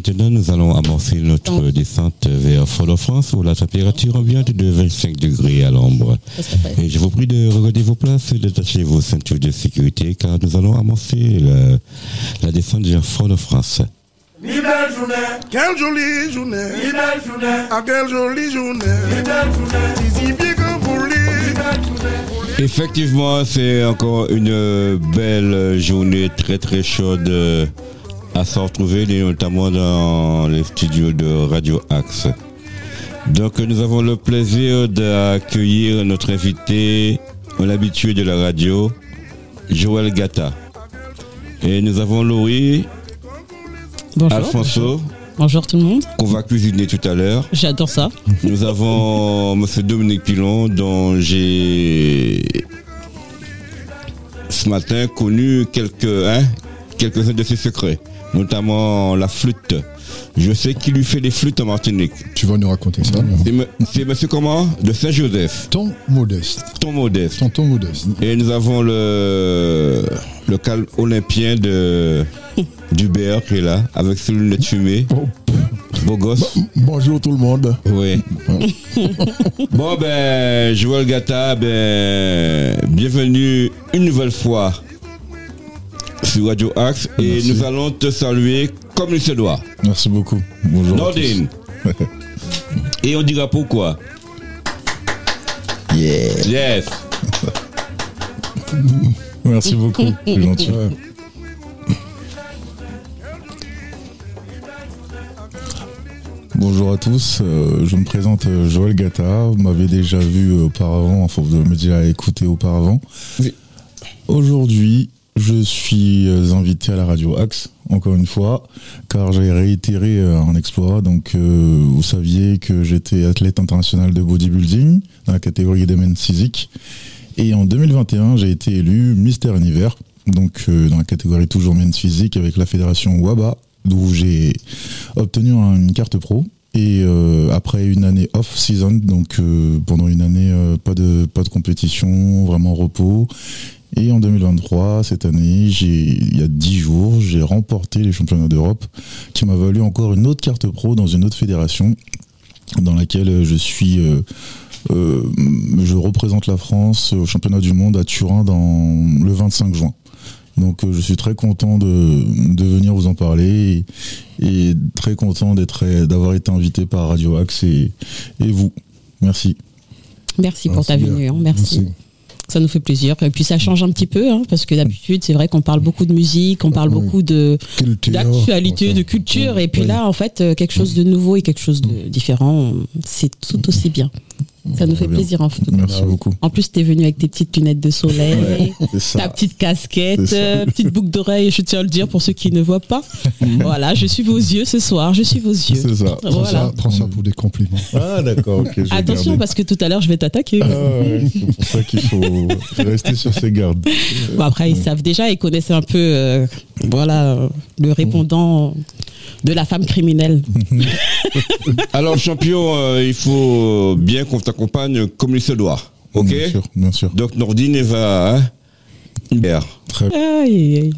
maintenant, nous allons amorcer notre descente vers Fort-de-France où la température ambiante de 25 degrés à l'ombre. Et je vous prie de regarder vos places et d'attacher vos ceintures de sécurité car nous allons amorcer la descente vers Fort-de-France. Quelle jolie journée, ah quelle jolie journée, si bien que vous Effectivement, c'est encore une belle journée très très chaude à se retrouver, notamment dans les studios de Radio Axe. Donc nous avons le plaisir d'accueillir notre invité, un habitué de la radio, Joël Gatta. Et nous avons Laurie, bonjour, Alfonso. Bonjour tout le monde. Qu'on va cuisiner tout à l'heure. J'adore ça. Nous avons monsieur Dominique Pilon, dont j'ai ce matin connu quelques-uns de ses secrets, notamment la flûte. Je sais qu'il lui fait des flûtes en Martinique. Tu vas nous raconter ça. C'est monsieur comment? De Saint-Joseph. Ton modeste. Tonton modeste. Et nous avons le calme olympien d'Hubert qui est là, avec ses lunettes fumées. Beau gosse. Bonjour tout le monde. Oui. Bon ben, Joël Gatta, bienvenue une nouvelle fois sur Radio Axe. Et merci. Nous allons te saluer comme il se doit. Merci beaucoup. Bonjour. Nordine. Et on dira pourquoi. Yeah. Yes. Merci beaucoup. C'est gentil. Bonjour à tous, je me présente Joël Gatta, vous m'avez déjà vu auparavant, enfin vous m'avez déjà écouté auparavant. Oui. Aujourd'hui, je suis invité à la radio Axe, encore une fois, car j'ai réitéré un exploit. Donc vous saviez que j'étais athlète international de bodybuilding dans la catégorie des men's physiques. Et en 2021, j'ai été élu Mister Univers, donc dans la catégorie toujours men's physique avec la fédération WABA, d'où j'ai obtenu une carte pro. Et après une année off-season, donc pendant une année pas de compétition, vraiment repos. Et en 2023, cette année, il y a 10 jours, j'ai remporté les championnats d'Europe, qui m'a valu encore une autre carte pro dans une autre fédération, dans laquelle je représente la France au championnat du monde à Turin le 25 juin. Donc je suis très content de venir vous en parler et très content d'avoir été invité par Radio Axe et vous. Merci. Merci pour ta venue. Merci. Ça nous fait plaisir. Et puis ça change un petit peu, parce que d'habitude, c'est vrai qu'on parle beaucoup de musique, on parle beaucoup d'actualité, de culture. Et puis là, en fait, quelque chose de nouveau et quelque chose de différent, c'est tout aussi bien. Ça nous fait plaisir en fait. Merci beaucoup. En plus, t'es venu avec tes petites lunettes de soleil, ta petite casquette, petite boucle d'oreille, je tiens à le dire pour ceux qui ne voient pas. Voilà, je suis vos yeux ce soir, je suis vos yeux. C'est ça. Prends ça pour des compliments. Ah d'accord, ok. Attention, parce que tout à l'heure, je vais t'attaquer. C'est pour ça qu'il faut rester sur ses gardes. Bon, après, ils savent déjà, ils connaissent un peu le répondant de la femme criminelle. Alors champion, il faut bien qu'on t'accompagne comme il se doit, ok? Bien sûr. Donc Nordine va Hubert. Très bien. Aïe.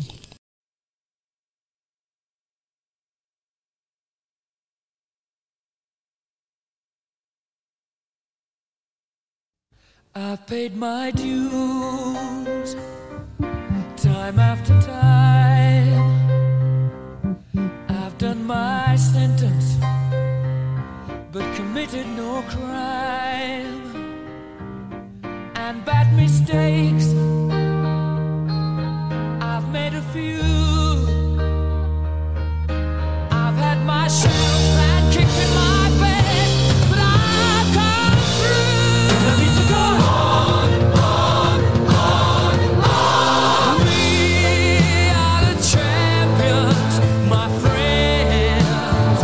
I've paid my dues time after time. I've done my sentence, but committed no crime. And bad mistakes, I've made a few. I've had my shells and kicked in my face, but I've come through. I need to go on. We are the champions, my friends,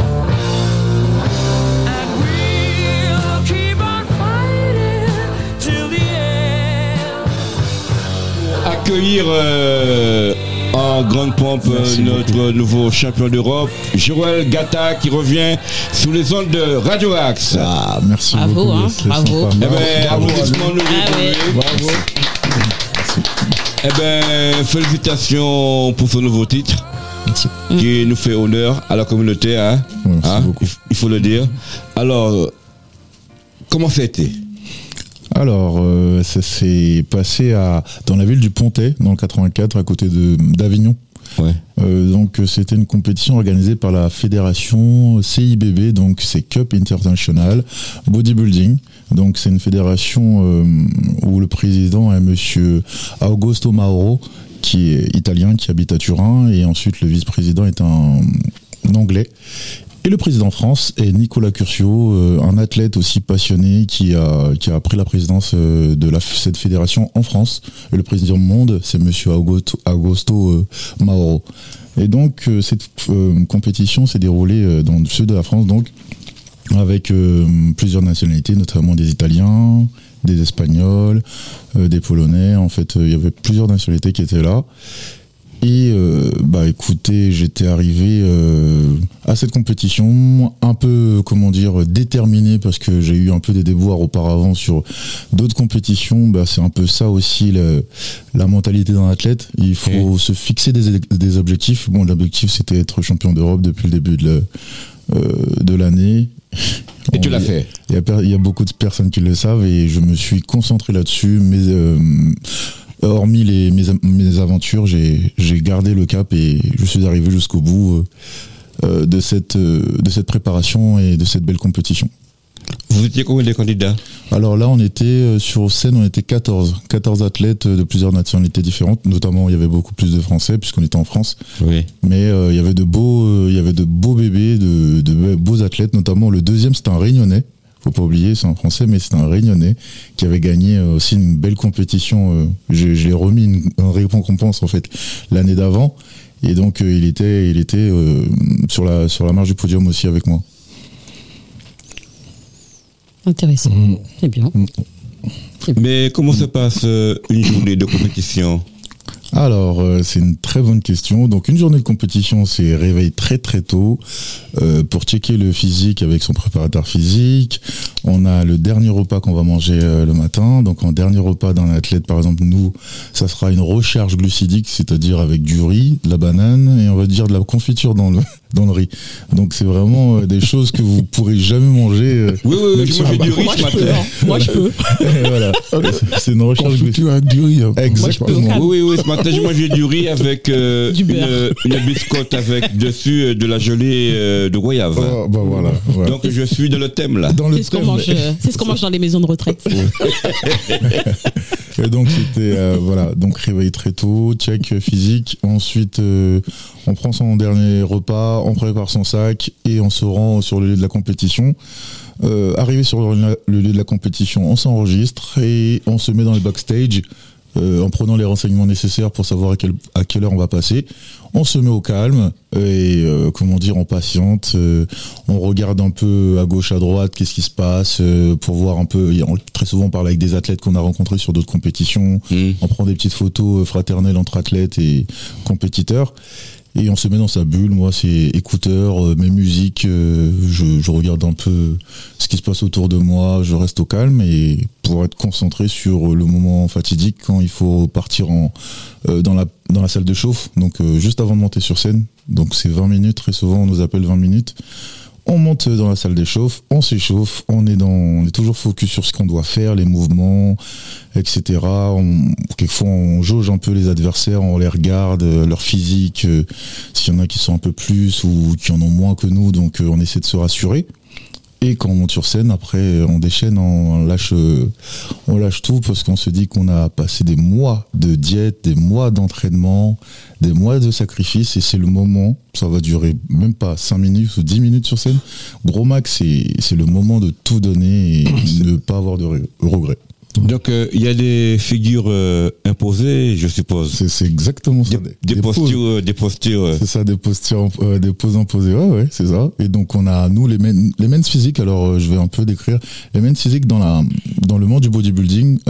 and we'll keep on fighting till the end. Accueillir en grande pompe notre nouveau champion d'Europe, Joël Gatta, qui revient sous les ondes de Radio Axe. Ah, merci Bravo, beaucoup. Bravo. Applaudissements nous. Bravo. Félicitations pour ce nouveau titre. qui nous fait honneur à la communauté, hein, Merci beaucoup. il faut le dire. Alors, comment ça a été? Alors, ça s'est passé dans la ville du Pontet, dans le 84, à côté d'Avignon. Ouais. Donc c'était une compétition organisée par la fédération CIBB, donc c'est Cup International Bodybuilding. Donc c'est une fédération où le président est monsieur Augusto Mauro, qui est italien, qui habite à Turin, et ensuite le vice-président est un Anglais. Et le président France est Nicolas Curcio, un athlète aussi passionné qui a pris la présidence de cette fédération en France. Et le président monde, c'est monsieur Augusto Mauro. Et donc cette compétition s'est déroulée dans le sud de la France, donc avec plusieurs nationalités, notamment des Italiens, des Espagnols, des Polonais. En fait, il y avait plusieurs nationalités qui étaient là. Et écoutez, j'étais arrivé à cette compétition un peu, déterminé, parce que j'ai eu un peu des déboires auparavant sur d'autres compétitions. C'est un peu ça aussi la mentalité d'un athlète. Il faut se fixer des objectifs. Bon, l'objectif c'était être champion d'Europe depuis le début de l'année. Et tu l'as fait. Il y a beaucoup de personnes qui le savent, et je me suis concentré là-dessus. Hormis mes aventures, j'ai gardé le cap et je suis arrivé jusqu'au bout de cette préparation et de cette belle compétition. Vous étiez combien de candidats? Alors là, on était sur scène, on était 14 athlètes de plusieurs nationalités différentes. Notamment, il y avait beaucoup plus de Français puisqu'on était en France. Oui. Mais il y avait de beaux bébés, de beaux athlètes. Notamment le deuxième, c'était un Réunionnais. Faut pas oublier, c'est un Français, mais c'est un Réunionnais qui avait gagné aussi une belle compétition. Je l'ai remis une récompense en fait l'année d'avant, et donc il était sur la marge du podium aussi avec moi. Intéressant, c'est bien. Mais comment se passe une journée de compétition? Alors, c'est une très bonne question. Donc, une journée de compétition, c'est réveil très très tôt pour checker le physique avec son préparateur physique. On a le dernier repas qu'on va manger le matin. Donc, en dernier repas d'un athlète, par exemple, nous, ça sera une recharge glucidique, c'est-à-dire avec du riz, de la banane et on va dire de la confiture dans le riz. Donc, c'est vraiment des choses que vous pourrez jamais manger. Oui, je mange du riz ce matin. Moi, je peux. Voilà. C'est une recharge glucidique. Confiture avec du riz. Exactement. Oui, ce matin j'ai mangé du riz avec une biscotte avec dessus de la gelée de goyave. Voilà. Donc je suis dans le thème là. C'est ce qu'on mange dans les maisons de retraite. Et donc c'était donc réveil très tôt, check physique. Ensuite on prend son dernier repas, on prépare son sac et on se rend sur le lieu de la compétition. Arrivé sur le lieu de la compétition, on s'enregistre et on se met dans le backstage. En prenant les renseignements nécessaires pour savoir à quelle heure on va passer. On se met au calme et on patiente. On regarde un peu à gauche, à droite, qu'est-ce qui se passe pour voir un peu. Très souvent, on parle avec des athlètes qu'on a rencontrés sur d'autres compétitions. On prend des petites photos fraternelles entre athlètes et compétiteurs. Et on se met dans sa bulle. Moi, c'est écouteurs, mes musiques. Je regarde un peu ce qui se passe autour de moi. Je reste au calme et pour être concentré sur le moment fatidique quand il faut partir dans la salle de chauffe. Donc, juste avant de monter sur scène. Donc, c'est 20 minutes. Très souvent, on nous appelle 20 minutes. On monte dans la salle d'échauffe, on s'échauffe, on est toujours focus sur ce qu'on doit faire, les mouvements, etc. Quelquefois on jauge un peu les adversaires, on les regarde, leur physique, s'il y en a qui sont un peu plus ou qui en ont moins que nous, donc on essaie de se rassurer. Et quand on monte sur scène, après on déchaîne, on lâche tout parce qu'on se dit qu'on a passé des mois de diète, des mois d'entraînement, des mois de sacrifice et c'est le moment, ça va durer même pas 5 minutes ou 10 minutes sur scène. Gros max, c'est le moment de tout donner et ne pas avoir de regrets. Donc il y a des figures imposées, je suppose. C'est exactement ça. Des postures. C'est ça, des poses imposées. Ouais, c'est ça. Et donc on a nous les men's physiques. Alors je vais un peu décrire les men's physiques dans le monde du bodybuilding.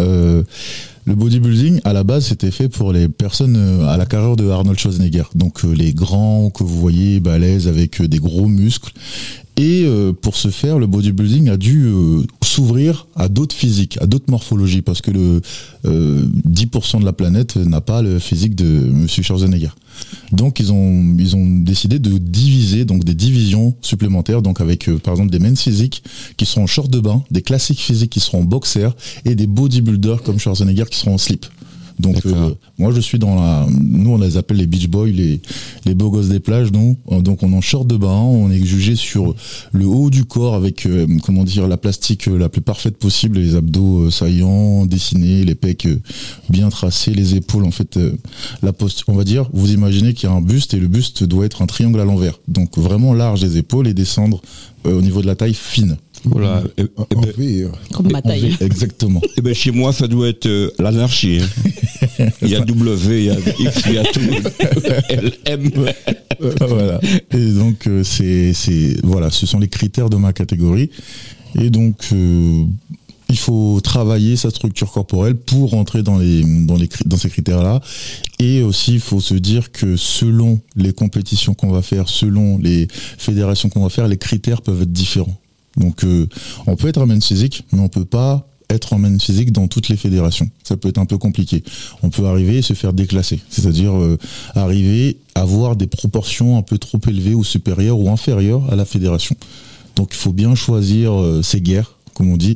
Le bodybuilding, à la base, c'était fait pour les personnes à la carrure de Arnold Schwarzenegger. Donc les grands que vous voyez, balèzes avec des gros muscles. Et pour ce faire, le bodybuilding a dû s'ouvrir à d'autres physiques, à d'autres morphologies, parce que 10% de la planète n'a pas le physique de Monsieur Schwarzenegger. Donc ils ont décidé de diviser, donc des divisions supplémentaires, donc avec par exemple des men's physiques qui seront en short de bain, des classiques physiques qui seront en boxer et des bodybuilders comme Schwarzenegger qui seront en slip. Donc moi je suis nous on les appelle les beach boys, les beaux gosses des plages, donc on est en short de bain, on est jugé sur le haut du corps avec la plastique la plus parfaite possible, les abdos saillants, dessinés, les pecs bien tracés, les épaules en fait la posture, on va dire, vous imaginez qu'il y a un buste et le buste doit être un triangle à l'envers, donc vraiment large les épaules et descendre au niveau de la taille fine. Voilà. Comme ma taille. Exactement. Et ben chez moi, ça doit être l'anarchie. Hein. Il y a W, il y a X, il y a tout. L, M. Voilà. Et donc, voilà, ce sont les critères de ma catégorie. Et donc, il faut travailler sa structure corporelle pour rentrer dans ces critères-là. Et aussi, il faut se dire que selon les compétitions qu'on va faire, selon les fédérations qu'on va faire, les critères peuvent être différents. Donc on peut être en men's physique, mais on peut pas être en men's physique dans toutes les fédérations. Ça peut être un peu compliqué. On peut arriver et se faire déclasser, c'est-à-dire arriver à avoir des proportions un peu trop élevées ou supérieures ou inférieures à la fédération. Donc il faut bien choisir ses guerres, comme on dit,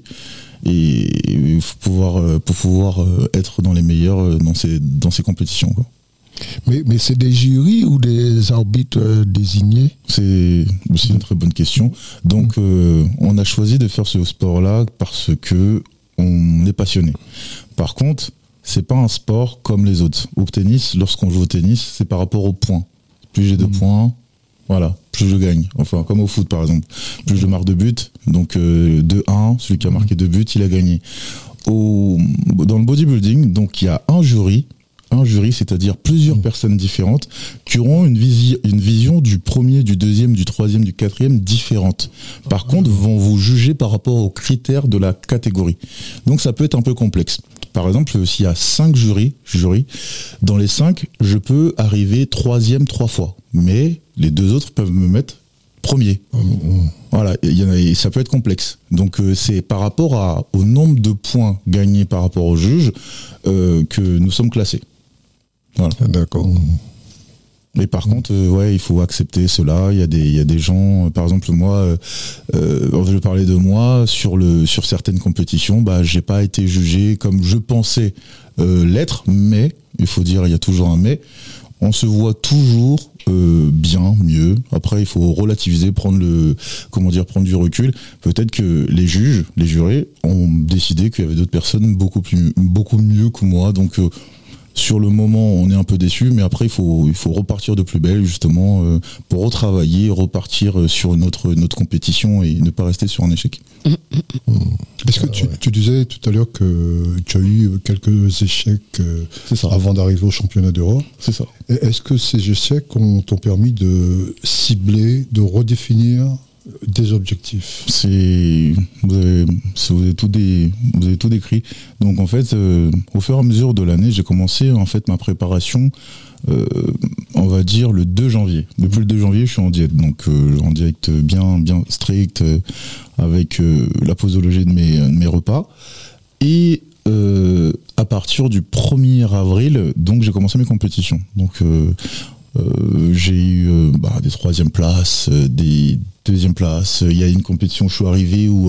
et pour pouvoir être dans les meilleurs dans ces compétitions, quoi. Mais c'est des jurys ou des arbitres désignés? C'est aussi une très bonne question. Donc on a choisi de faire ce sport-là parce que on est passionné. Par contre, c'est pas un sport comme les autres. Au tennis, lorsqu'on joue au tennis, c'est par rapport aux points. Plus j'ai de points, voilà, plus je gagne. Enfin, comme au foot par exemple. Plus je marque de buts, donc 2-1, celui qui a marqué 2 buts, il a gagné. Dans le bodybuilding, donc il y a un jury, c'est-à-dire plusieurs personnes différentes qui auront une vision du premier, du deuxième, du troisième, du quatrième différente. Par contre, vont vous juger par rapport aux critères de la catégorie. Donc ça peut être un peu complexe. Par exemple, s'il y a 5 jurys, dans les 5, je peux arriver 3e 3 fois. Mais les 2 autres peuvent me mettre premier. Voilà, ça peut être complexe. Donc c'est par rapport au nombre de points gagnés par rapport au juge que nous sommes classés. Voilà. D'accord. Mais par contre, il faut accepter cela. Il y a des gens, par exemple moi, je parlais de moi sur certaines compétitions, j'ai pas été jugé comme je pensais l'être, mais il faut dire, il y a toujours un mais. On se voit toujours bien, mieux. Après, il faut relativiser, prendre du recul. Peut-être que les jurés ont décidé qu'il y avait d'autres personnes beaucoup mieux que moi. Donc sur le moment, on est un peu déçu, mais après, il faut repartir de plus belle, justement, pour retravailler, repartir sur notre compétition et ne pas rester sur un échec. Est-ce que tu disais tout à l'heure que tu as eu quelques échecs avant d'arriver au championnat d'Europe? C'est ça. Est-ce que ces échecs t'ont permis de cibler, de redéfinir des objectifs? Vous avez tout décrit. Donc en fait, au fur et à mesure de l'année, j'ai commencé en fait ma préparation, on va dire le 2 janvier. Depuis le 2 janvier, je suis en diète, donc en diète bien strict, avec la posologie de mes repas. Et à partir du 1er avril, donc j'ai commencé mes compétitions. Donc j'ai eu des 3e places, des 2e places. Il y a une compétition où je suis arrivé où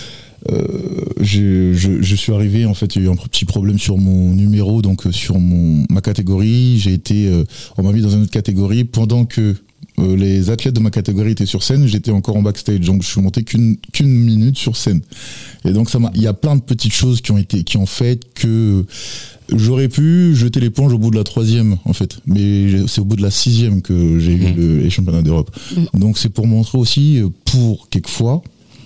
je suis arrivé, en fait il y a eu un petit problème sur mon numéro, donc sur ma catégorie. On m'a mis dans une autre catégorie pendant que les athlètes de ma catégorie étaient sur scène, j'étais encore en backstage, donc je suis monté qu'une minute sur scène. Et donc il y a plein de petites choses qui ont fait que j'aurais pu jeter l'éponge au bout de la 3e, en fait, mais c'est au bout de la 6e que j'ai eu les championnats d'Europe. Donc c'est pour montrer aussi, pour quelquefois,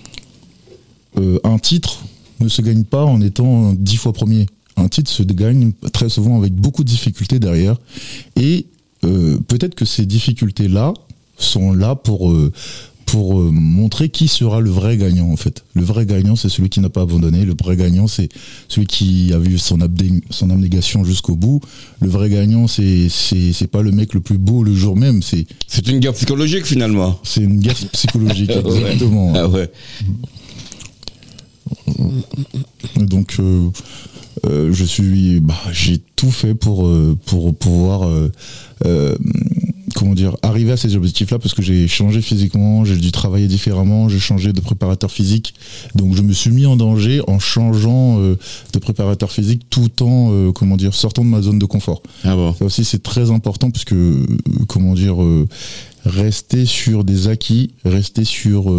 un titre ne se gagne pas en étant 10 fois premier. Un titre se gagne très souvent avec beaucoup de difficultés derrière, et peut-être que ces difficultés-là sont là pour montrer qui sera le vrai gagnant, en fait. Le vrai gagnant, c'est celui qui n'a pas abandonné. Le vrai gagnant, c'est celui qui a vu son abnégation jusqu'au bout. Le vrai gagnant, c'est pas le mec le plus beau le jour même. C'est une guerre psychologique, finalement. C'est une guerre psychologique, exactement. Ah ouais. Donc j'ai tout fait pour pouvoir arriver à ces objectifs-là, parce que j'ai changé physiquement, j'ai dû travailler différemment, j'ai changé de préparateur physique, donc je me suis mis en danger en changeant de préparateur physique tout en sortant de ma zone de confort. Ah bon. Ça aussi c'est très important, parce que rester sur des acquis, rester sur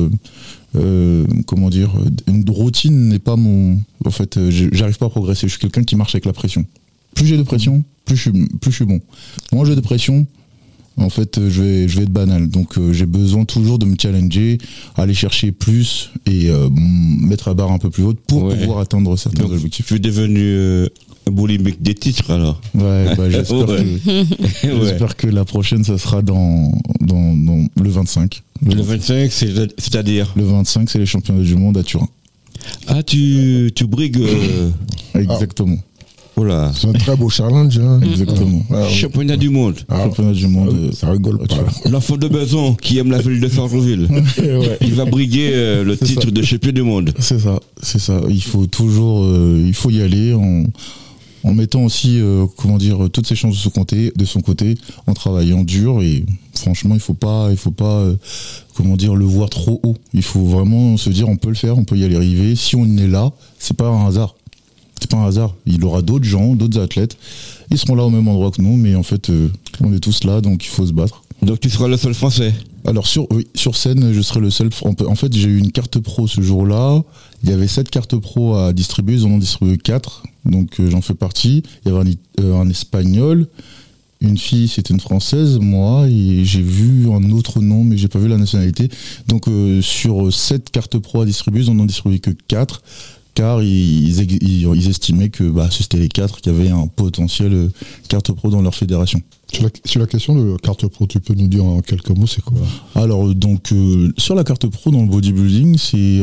une routine n'est pas mon... En fait, j'arrive pas à progresser. Je suis quelqu'un qui marche avec la pression. Plus j'ai de pression, plus je suis bon. Moins j'ai de pression, en fait, je vais être banal. Donc, j'ai besoin toujours de me challenger, aller chercher plus et mettre la barre un peu plus haute pour pouvoir atteindre certains objectifs. Tu es devenu un boulimique des titres, alors. Ouais, j'espère que la prochaine, ça sera dans le 25. Le 25, c'est-à-dire Le 25, c'est les championnats du monde à Turin. Ah, tu brigues Exactement. Voilà. C'est un très beau challenge. Hein. Exactement. Championnat du monde. Championnat du monde. Ça rigole pas. L'enfant de maison qui aime la ville de Sartreville. Il va briguer le titre de champion du monde. C'est ça. Il faut toujours, il faut y aller en mettant aussi, toutes ses chances de son côté, en travaillant dur. Et franchement, il faut pas, le voir trop haut. Il faut vraiment se dire, on peut le faire, on peut y arriver. Si on est là, c'est pas un hasard. C'est pas un hasard. Il y aura d'autres gens, d'autres athlètes. Ils seront là au même endroit que nous, mais en fait, on est tous là, donc il faut se battre. Donc tu seras le seul Français. Alors sur scène, je serai le seul. En fait, j'ai eu une carte pro ce jour-là. Il y avait 7 cartes pro à distribuer. Ils en ont distribué 4. Donc j'en fais partie. Il y avait un Espagnol, une fille, c'était une Française, moi, et j'ai vu un autre nom, mais j'ai pas vu la nationalité. Donc sur 7 cartes pro à distribuer, ils en ont distribué que 4. Car ils estimaient que c'était les 4 qui avaient un potentiel carte pro dans leur fédération. Sur la question de carte pro, tu peux nous dire en quelques mots, c'est quoi? Alors, donc, sur la carte pro dans le bodybuilding,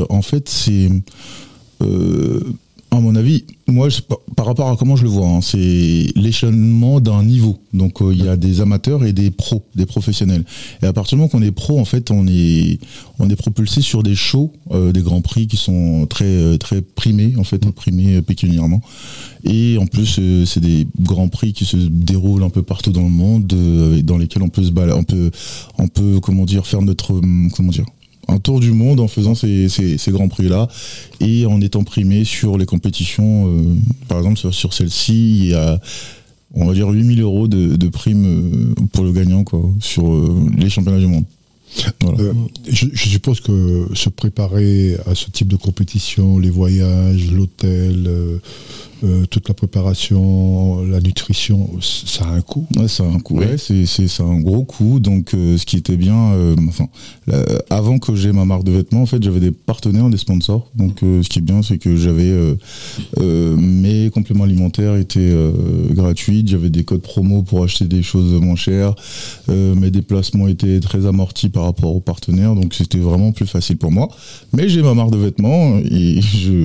à mon avis, moi, par rapport à comment je le vois, c'est l'échelonnement d'un niveau. Donc, il y a des amateurs et des pros, des professionnels. Et à partir du moment qu'on est pro, en fait, on est propulsé sur des shows, des grands prix qui sont très très primés, en fait, primés pécuniairement. Et en plus, c'est des grands prix qui se déroulent un peu partout dans le monde, dans lesquels on peut se balader, on peut faire notre un tour du monde en faisant ces grands prix-là et en étant primé sur les compétitions. Par exemple, sur celle-ci, il y a, on va dire, 8 000 € de primes pour le gagnant, quoi, sur les championnats du monde. Voilà. Je suppose que se préparer à ce type de compétition, les voyages, l'hôtel, toute la préparation, la nutrition, ça a un coût. Ouais, ça a un coût. Ouais, c'est un gros coût. Donc, ce qui était bien, avant que j'ai ma marque de vêtements, en fait, j'avais des partenaires, des sponsors. Donc, ce qui est bien, c'est que j'avais mes compléments alimentaires étaient gratuits. J'avais des codes promo pour acheter des choses moins chères. Mes déplacements étaient très amortis par rapport aux partenaires. Donc, c'était vraiment plus facile pour moi. Mais j'ai ma marque de vêtements et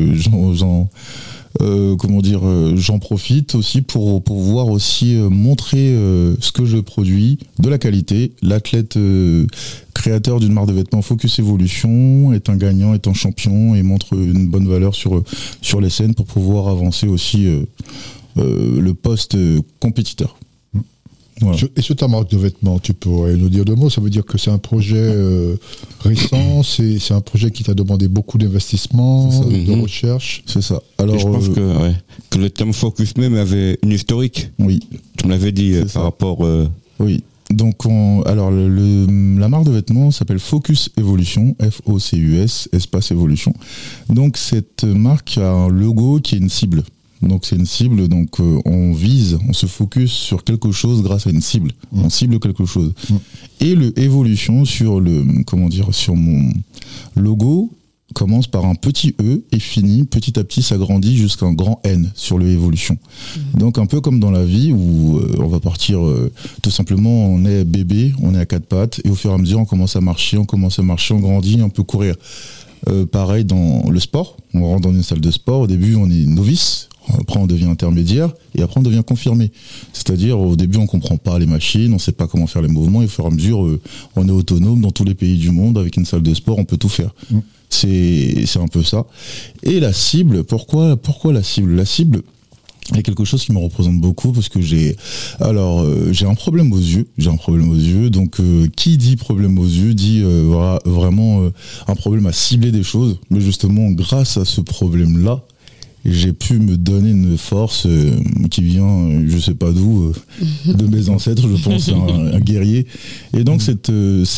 j'en profite aussi pour pouvoir aussi montrer ce que je produis, de la qualité. L'athlète créateur d'une marque de vêtements Focus Evolution est un gagnant, est un champion et montre une bonne valeur sur les scènes pour pouvoir avancer aussi le poste compétiteur. Voilà. Et sur ta marque de vêtements, tu pourrais nous dire 2 mots? Ça veut dire que c'est un projet récent, c'est un projet qui t'a demandé beaucoup d'investissement, de recherche. C'est ça. Alors, je pense que le terme Focus même avait une historique. Oui. Tu me l'avais dit par rapport... Oui. Donc, la marque de vêtements s'appelle Focus Evolution, F-O-C-U-S, espace Evolution. Donc, cette marque a un logo qui est une cible. Donc c'est une cible, donc on se focus sur quelque chose grâce à une cible. On cible quelque chose. Et le évolution sur mon logo commence par un petit E et finit petit à petit s'agrandit jusqu'à un grand N sur le évolution. Donc un peu comme dans la vie où on va partir tout simplement, on est bébé, on est à 4 pattes et au fur et à mesure on commence à marcher, on grandit, on peut courir. Pareil dans le sport, on rentre dans une salle de sport, au début on est novice. Après on devient intermédiaire et après on devient confirmé. C'est-à-dire au début on comprend pas les machines, on sait pas comment faire les mouvements et au fur et à mesure on est autonome dans tous les pays du monde. Avec une salle de sport on peut tout faire. C'est un peu ça. Et la cible, pourquoi la cible? La cible, Il y a quelque chose qui me représente beaucoup parce que j'ai un problème aux yeux. Donc qui dit problème aux yeux dit vraiment un problème à cibler des choses. Mais justement, grâce à ce problème-là, j'ai pu me donner une force qui vient, je sais pas d'où, de mes ancêtres, je pense, un guerrier. Et donc cette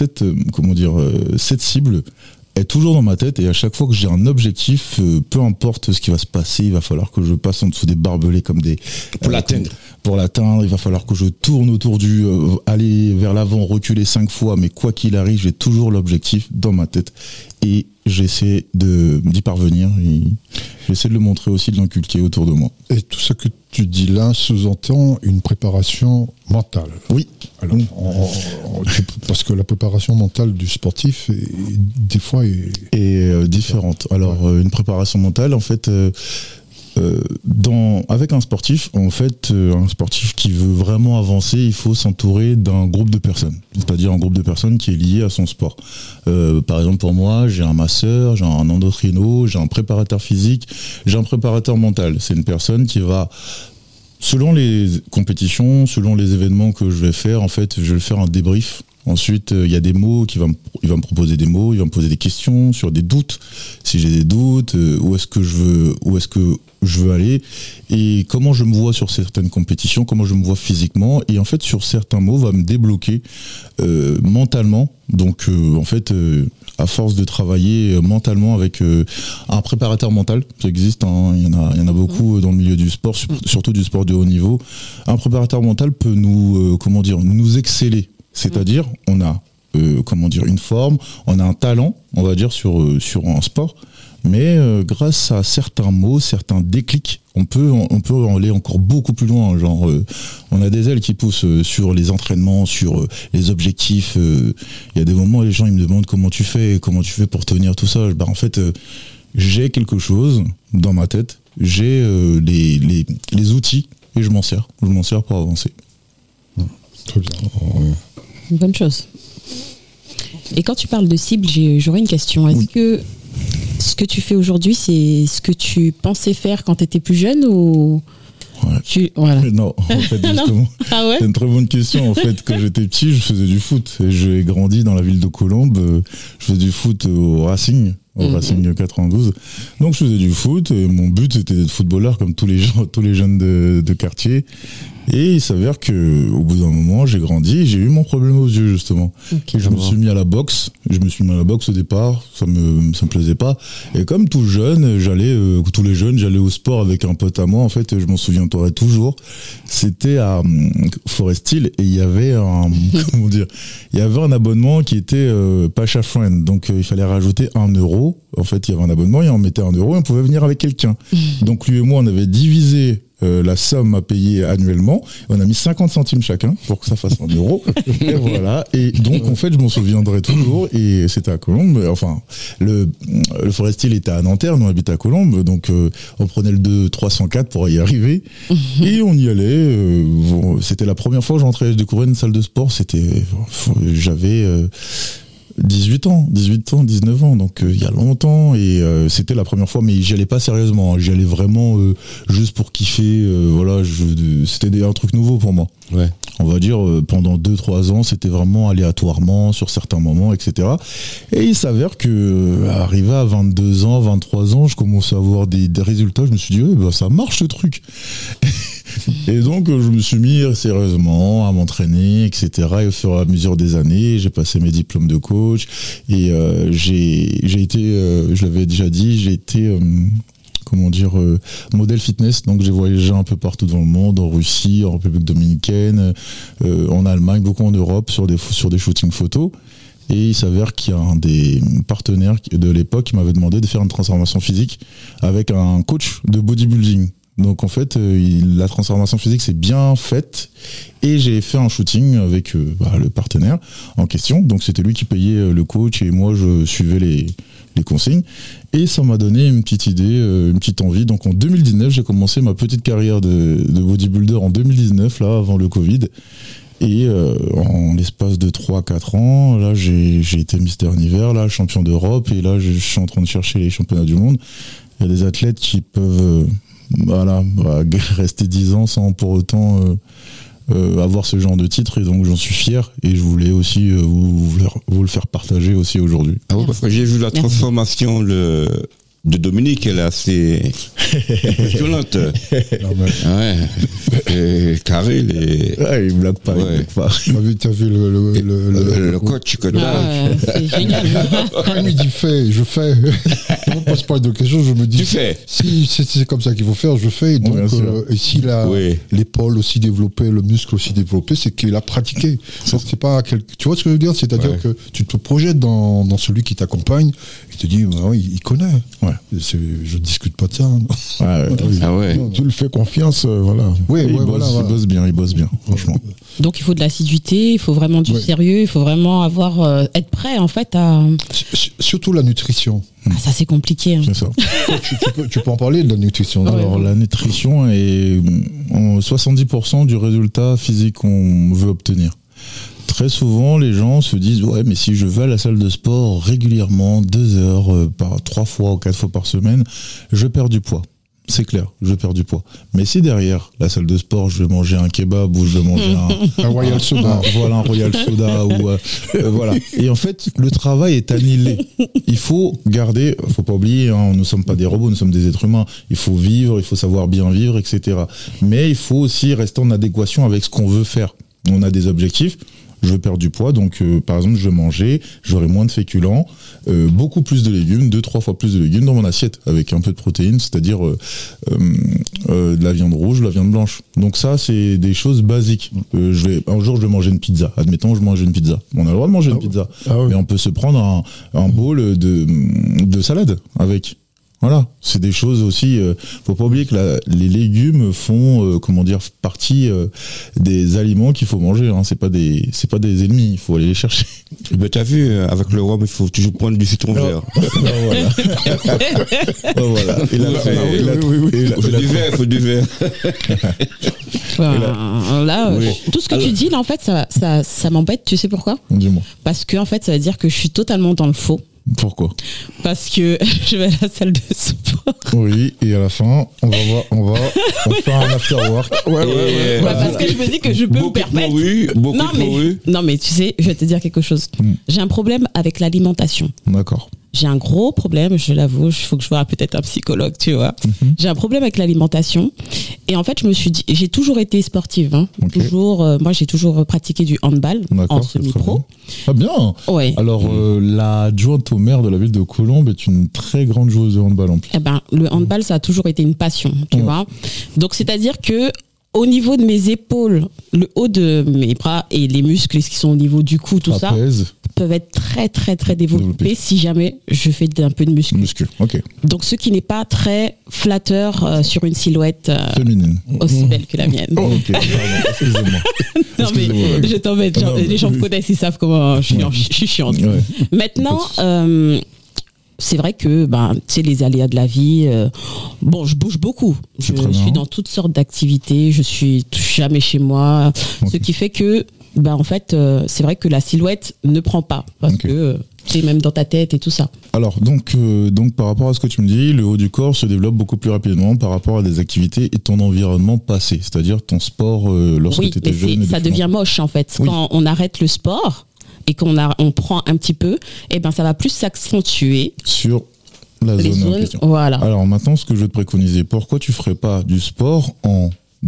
cible est toujours dans ma tête, et à chaque fois que j'ai un objectif, peu importe ce qui va se passer, il va falloir que je passe en dessous des barbelés comme des... Pour l'atteindre. Pour l'atteindre, il va falloir que je tourne autour aller vers l'avant, reculer 5 fois, mais quoi qu'il arrive, j'ai toujours l'objectif dans ma tête. Et j'essaie d'y parvenir, et j'essaie de le montrer aussi, de l'inculquer autour de moi. Et tout ce que tu dis là sous-entend une préparation mentale. Oui. Alors, parce que la préparation mentale du sportif, des fois, est différente. Alors, une préparation mentale, en fait... avec un sportif, un sportif qui veut vraiment avancer, il faut s'entourer d'un groupe de personnes, c'est-à-dire un groupe de personnes qui est lié à son sport. Par exemple, pour moi, j'ai un masseur, j'ai un endocrino, j'ai un préparateur physique, j'ai un préparateur mental. C'est une personne qui va, selon les compétitions, selon les événements que je vais faire, en fait, je vais faire un débrief. Ensuite, il y a des mots, il va me proposer des mots, il va me poser des questions sur des doutes. Si j'ai des doutes, où est-ce que je veux aller, et comment je me vois sur certaines compétitions, comment je me vois physiquement, et en fait sur certains mots va me débloquer mentalement. Donc à force de travailler mentalement avec un préparateur mental, ça existe, hein, il y en a beaucoup dans le milieu du sport, surtout du sport de haut niveau. Un préparateur mental peut nous exceller. C'est-à-dire, on a une forme, on a un talent, on va dire, sur un sport, mais grâce à certains mots, certains déclics, on peut aller encore beaucoup plus loin. Genre, on a des ailes qui poussent sur les entraînements, sur les objectifs. Il y a des moments où les gens ils me demandent comment tu fais pour tenir tout ça. En fait, j'ai quelque chose dans ma tête, j'ai les outils, et je m'en sers pour avancer. Très bien. Une bonne chose. Et quand tu parles de cible, j'aurais une question. Est-ce que ce que tu fais aujourd'hui, c'est ce que tu pensais faire quand tu étais plus jeune ou... Voilà. Non, en fait, justement, ah ouais, c'est une très bonne question. En fait, quand j'étais petit, je faisais du foot. Et j'ai grandi dans la ville de Colombes. Je faisais du foot au Racing. Racing 92. Donc je faisais du foot et mon but c'était d'être footballeur comme tous les jeunes de quartier. Et il s'avère que au bout d'un moment j'ai grandi et j'ai eu mon problème aux yeux justement. Okay. Et je me suis mis à la boxe. Au départ, ça me plaisait pas. Et comme tout jeune, tous les jeunes, j'allais au sport avec un pote à moi. En fait, je m'en souviendrai toujours. C'était à Forest Hill et il y avait un abonnement qui était Pacha Friend. Donc il fallait rajouter 1 euro. En fait, il y avait un abonnement et on mettait 1 euro et on pouvait venir avec quelqu'un. Donc lui et moi, on avait divisé la somme à payer annuellement. On a mis 50 centimes chacun pour que ça fasse 1 euro. Et voilà. Et donc, en fait, je m'en souviendrai toujours. Et c'était à Colombes. Enfin, le Forest Hill était à Nanterre, nous on habite à Colombes. Donc, on prenait le 304 pour y arriver. Et on y allait. C'était la première fois que je découvrais une salle de sport. J'avais 18 ans, 19 ans, donc il y a longtemps, et c'était la première fois, mais j'y allais pas sérieusement, j'y allais vraiment juste pour kiffer, c'était un truc nouveau pour moi. Ouais. On va dire pendant 2-3 ans, c'était vraiment aléatoirement sur certains moments, etc. Et il s'avère que arrivé à 22 ans, 23 ans, je commençais à avoir des résultats, je me suis dit, ça marche ce truc. Et donc je me suis mis sérieusement à m'entraîner, etc. Et au fur et à mesure des années, j'ai passé mes diplômes de coach et j'ai été, je l'avais déjà dit, j'ai été modèle fitness. Donc j'ai voyagé un peu partout dans le monde, en Russie, en République dominicaine, en Allemagne, beaucoup en Europe sur des shootings photos. Et il s'avère qu'il y a un des partenaires de l'époque qui m'avait demandé de faire une transformation physique avec un coach de bodybuilding. Donc en fait, la transformation physique s'est bien faite et j'ai fait un shooting avec le partenaire en question. Donc c'était lui qui payait le coach et moi je suivais les consignes. Et ça m'a donné une petite idée, une petite envie. Donc en 2019, j'ai commencé ma petite carrière de bodybuilder en 2019, là, avant le Covid. Et en l'espace de 3-4 ans, là j'ai été Mister Univers, là, champion d'Europe, et là je suis en train de chercher les championnats du monde. Il y a des athlètes qui peuvent voilà, rester 10 ans sans pour autant avoir ce genre de titre, et donc j'en suis fier, et je voulais aussi vous le faire partager aussi aujourd'hui. Ah oui, parce que j'ai vu la transformation de Dominique, elle est assez impressionnante. Ouais. Carré, il blague pas, il blague pas. T'as vu le coach que c'est génial. Quand il me dit fais, je fais. Je ne me pose pas de questions, je me dis. Tu fais. Si c'est comme ça qu'il faut faire, je fais. Donc, et s'il a l'épaule aussi développée, le muscle aussi développé, c'est qu'il a pratiqué. Donc c'est pas tu vois ce que je veux dire, c'est-à-dire que tu te projettes dans celui qui t'accompagne, il te dit il connaît. Ouais. Je discute pas de ça. Tu le fais confiance, voilà. Il bosse bien, franchement. Donc il faut de l'assiduité, il faut vraiment du sérieux, il faut vraiment être prêt en fait à. Surtout la nutrition. Ah, ça c'est compliqué. Hein. C'est ça. tu peux en parler de la nutrition. Alors la nutrition est 70% du résultat physique qu'on veut obtenir. Très souvent, les gens se disent ouais, mais si je vais à la salle de sport régulièrement, 2 heures, 3 fois ou 4 fois par semaine, je perds du poids. C'est clair, je perds du poids. Mais si derrière la salle de sport, je vais manger un kebab ou je vais manger un Royal Soda, voilà, un Royal Soda ou voilà. Et en fait, le travail est annihilé. Il faut garder, faut pas oublier, nous ne sommes pas des robots, nous sommes des êtres humains. Il faut vivre, il faut savoir bien vivre, etc. Mais il faut aussi rester en adéquation avec ce qu'on veut faire. On a des objectifs. Je veux perdre du poids, donc par exemple je vais manger, j'aurai moins de féculents, beaucoup plus de légumes, 2-3 fois plus de légumes dans mon assiette, avec un peu de protéines, c'est-à-dire de la viande rouge, de la viande blanche. Donc ça c'est des choses basiques. Un jour je vais manger une pizza, admettons je mange une pizza. On a le droit de manger une pizza, mais on peut se prendre un bowl de salade avec. Voilà, c'est des choses aussi. Faut pas oublier que les légumes font, partie des aliments qu'il faut manger. Hein. C'est pas des ennemis. Il faut aller les chercher. Ben t'as vu, avec le rhum, il faut toujours prendre du citron vert. Voilà. Il faut du verre. Tout ce que tu dis là, en fait, ça m'embête. Tu sais pourquoi ? Dis-moi. Parce que en fait, ça veut dire que je suis totalement dans le faux. Pourquoi ? Parce que je vais à la salle de sport. Oui, et à la fin, on fait un after work. Parce que je me dis que je peux me permettre. Non, mais tu sais, je vais te dire quelque chose. J'ai un problème avec l'alimentation. D'accord. J'ai un gros problème, je l'avoue, il faut que je voie peut-être un psychologue, tu vois. J'ai un problème avec l'alimentation. Et en fait, je me suis dit, j'ai toujours été sportive. Hein. Moi, j'ai toujours pratiqué du handball en semi-pro. Ah bien. Ouais. Alors, l'adjointe au maire de la ville de Colombes est une très grande joueuse de handball en plus. Eh ben, le handball, ça a toujours été une passion, tu vois. Donc, c'est-à-dire que au niveau de mes épaules, le haut de mes bras et les muscles qui sont au niveau du cou, tout ça, peuvent être très très très développés si jamais je fais un peu de muscle. Ok. Donc ce qui n'est pas très flatteur sur une silhouette féminine aussi belle que la mienne. Ok, pardon, excusez-moi. Non mais je t'embête, les gens me connaissent, ils savent comment je suis chiante. Ouais. Maintenant, c'est vrai que tu sais, les aléas de la vie, je bouge beaucoup. Je suis dans toutes sortes d'activités, je suis jamais chez moi, ce qui fait que en fait, c'est vrai que la silhouette ne prend pas parce que c'est même dans ta tête et tout ça. Alors donc par rapport à ce que tu me dis, le haut du corps se développe beaucoup plus rapidement par rapport à des activités et ton environnement passé, c'est-à-dire ton sport lorsque tu étais jeune. Ça devient moche en fait. Quand on arrête le sport et on prend un petit peu, ça va plus s'accentuer sur la zone en question. Voilà. Alors maintenant, ce que je vais te préconiser, pourquoi tu ferais pas du sport en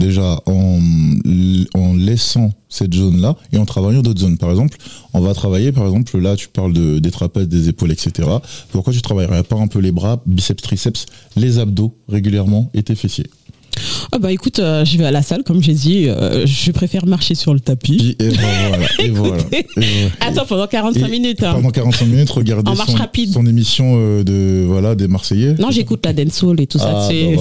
laissant cette zone-là et en travaillant d'autres zones. Par exemple, on va travailler, là tu parles des trapèzes, des épaules, etc. Pourquoi tu travaillerais pas un peu les bras, biceps, triceps, les abdos régulièrement et tes fessiers? Écoute, je vais à la salle, comme j'ai dit, je préfère marcher sur le tapis. Et voilà. Attends, pendant 45 minutes. Hein. Pendant 45 minutes, regardez son émission des Marseillais. Non, j'écoute la dancehall et tout ça. Oui.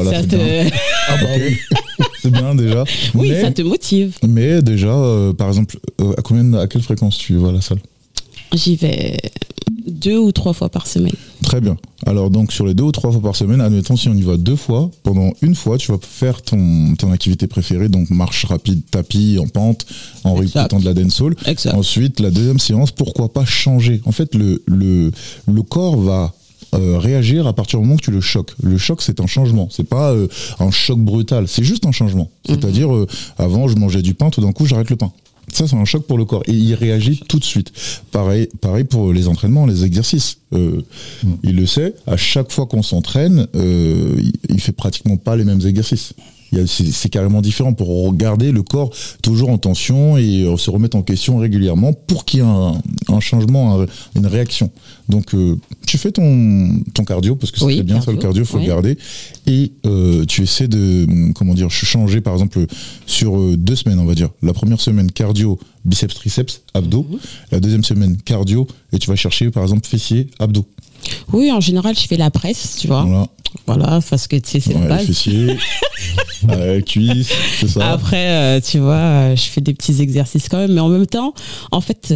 C'est bien déjà. Oui, ça te motive. Mais déjà, par exemple, à quelle fréquence tu vas à la salle? J'y vais 2 ou 3 fois par semaine. Très bien. Alors donc sur les 2 ou 3 fois par semaine, admettons si on y va 2 fois, pendant une fois tu vas faire ton activité préférée, donc marche rapide, tapis, en pente, en réécoutant de la dancehall. Ensuite la deuxième séance, pourquoi pas changer. En fait le corps va réagir à partir du moment que tu le choques. Le choc, c'est un changement. C'est pas un choc brutal. C'est juste un changement. C'est-à-dire, avant, je mangeais du pain, tout d'un coup, j'arrête le pain. Ça, c'est un choc pour le corps. Et il réagit tout de suite. Pareil pour les entraînements, les exercices. Il le sait, à chaque fois qu'on s'entraîne, il fait pratiquement pas les mêmes exercices. C'est carrément différent pour regarder le corps toujours en tension et se remettre en question régulièrement pour qu'il y ait un changement, une réaction. Donc tu fais ton cardio parce que c'est très bien ça, le cardio, faut le garder, et tu essaies de changer par exemple sur 2 semaines, on va dire. La première semaine cardio, biceps, triceps, abdos. La deuxième semaine cardio et tu vas chercher par exemple fessiers, abdos. Oui, en général, je fais la presse, tu vois. Voilà, parce que tu sais, c'est la base. Fessiers, cuisses, c'est ça. Après, tu vois, je fais des petits exercices quand même, mais en même temps, en fait,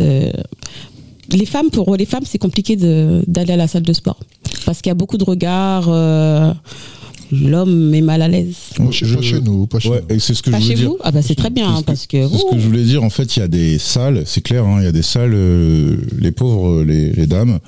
pour les femmes, c'est compliqué d'aller à la salle de sport. Parce qu'il y a beaucoup de regards. L'homme est mal à l'aise. Pas chez nous. Et c'est ce que pas je voulais chez dire. vous. Ah bah c'est très bien, parce que. C'est ce que je voulais dire. En fait, il y a des salles, c'est clair, il y a des salles, les pauvres, les dames,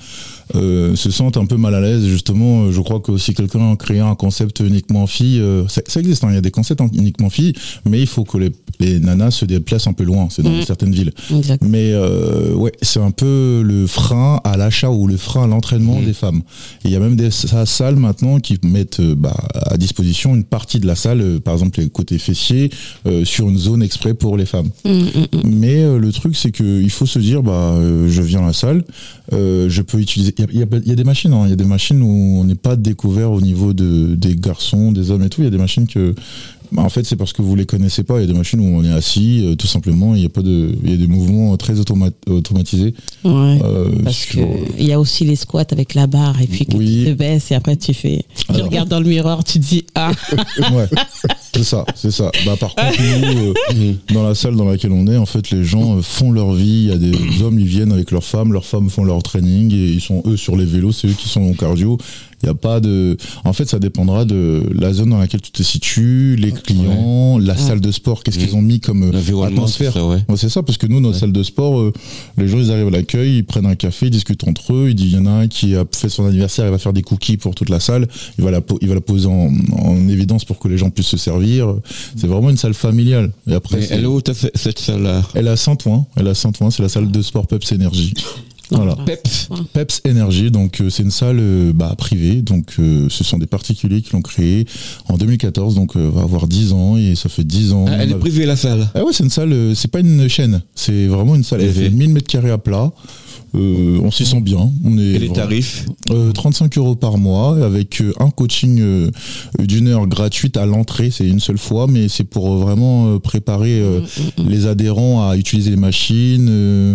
se sentent un peu mal à l'aise. Justement, je crois que si quelqu'un a créé un concept uniquement filles, ça existe, il y a des concepts uniquement filles, mais il faut que les nanas se déplacent un peu loin, c'est dans certaines villes. Exact. Mais c'est un peu le frein à l'achat ou le frein à l'entraînement des femmes. Et il y a même des salles maintenant qui mettent à disposition une partie de la salle, par exemple les côtés fessiers, sur une zone exprès pour les femmes. Mais le truc, c'est qu'il faut se dire, je viens à la salle, je peux utiliser. Il y a des machines, il y a des machines où on n'est pas découvert au niveau des garçons, des hommes et tout. Il y a des machines que. En fait, c'est parce que vous les connaissez pas. Il y a des machines où on est assis, tout simplement. Il y a des mouvements très automatisés. Ouais. Parce que il y a aussi les squats avec la barre et puis que tu te baisses et après tu regardes dans le miroir, tu te dis Ouais, c'est ça. Par contre, nous, dans la salle dans laquelle on est, en fait, les gens font leur vie. Il y a des hommes, ils viennent avec leurs femmes font leur training et ils sont eux sur les vélos, c'est eux qui sont au cardio. Il y a pas de. En fait, ça dépendra de la zone dans laquelle tu te situes, les clients, la salle de sport. Qu'est-ce qu'ils ont mis comme atmosphère. C'est ça, parce que nous, notre salle de sport, les gens, ils arrivent à l'accueil, ils prennent un café, ils discutent entre eux. Il y en a un qui a fait son anniversaire, il va faire des cookies pour toute la salle. Il va la poser en évidence pour que les gens puissent se servir. C'est vraiment une salle familiale. Et après, elle est où cette salle-là? Elle est à Saint-Ouen. C'est la salle de sport Peps Énergie. Voilà. Peps Énergie, donc c'est une salle privée, donc ce sont des particuliers qui l'ont créée en 2014, donc va avoir 10 ans et ça fait 10 ans. Elle est privée la salle? Ah ouais, c'est une salle, c'est pas une chaîne, c'est vraiment une salle. Elle fait 1000 m² à plat. On s'y sent bien. Et les tarifs? 35 € par mois avec un coaching d'1 heure gratuite à l'entrée. C'est une seule fois, mais c'est pour vraiment préparer les adhérents à utiliser les machines,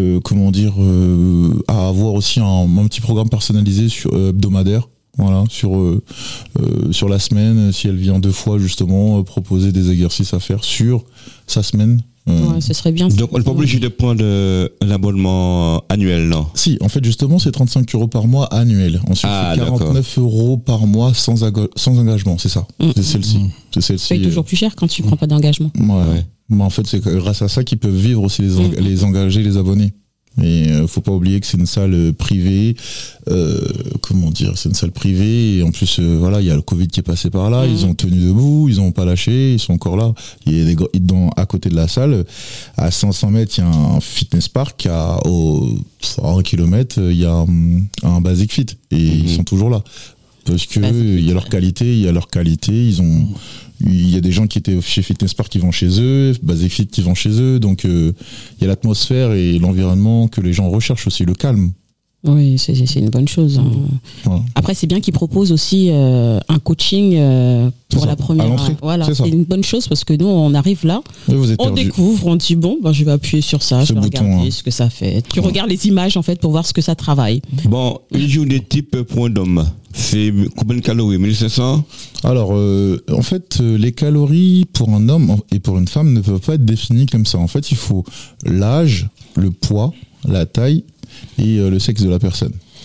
à avoir aussi un petit programme personnalisé hebdomadaire. Voilà, sur la semaine, si elle vient 2 fois justement, proposer des exercices à faire sur sa semaine. Ouais, ce serait bien. Donc on n'est pas obligé de prendre un abonnement annuel, non? Si, en fait justement c'est 35 € par mois annuel. Ensuite c'est 49 € par mois sans engagement, c'est ça. C'est celle-ci. C'est celle-ci. C'est toujours plus cher quand tu prends pas d'engagement. Ouais. Mais en fait c'est grâce à ça qu'ils peuvent vivre aussi les engagés, les abonnés. Mais faut pas oublier que c'est une salle privée. C'est une salle privée et en plus il y a le Covid qui est passé par là. Ils ont tenu debout, ils ont pas lâché, ils sont encore là. Il y a à côté de la salle, à 500 mètres, il y a un fitness park. À 1 km, il y a un Basic Fit et ils sont toujours là parce que il y a leur qualité. Il y a des gens qui étaient chez Fitness Park qui vont chez eux, Basic Fit qui vont chez eux, donc il y a l'atmosphère et l'environnement que les gens recherchent aussi, le calme. Oui, c'est une bonne chose. Voilà. Après, c'est bien qu'ils proposent aussi un coaching pour la première. À l'entrée. Voilà, c'est une bonne chose parce que nous, on arrive là, on découvre, on dit je vais appuyer sur ça, je vais regarder ce que ça fait. Tu regardes les images en fait pour voir ce que ça travaille. Bon, une journée type pour un homme, c'est combien de calories? 1500? Alors, en fait, les calories pour un homme et pour une femme ne peuvent pas être définies comme ça. En fait, il faut l'âge, le poids, la taille et le sexe de la personne.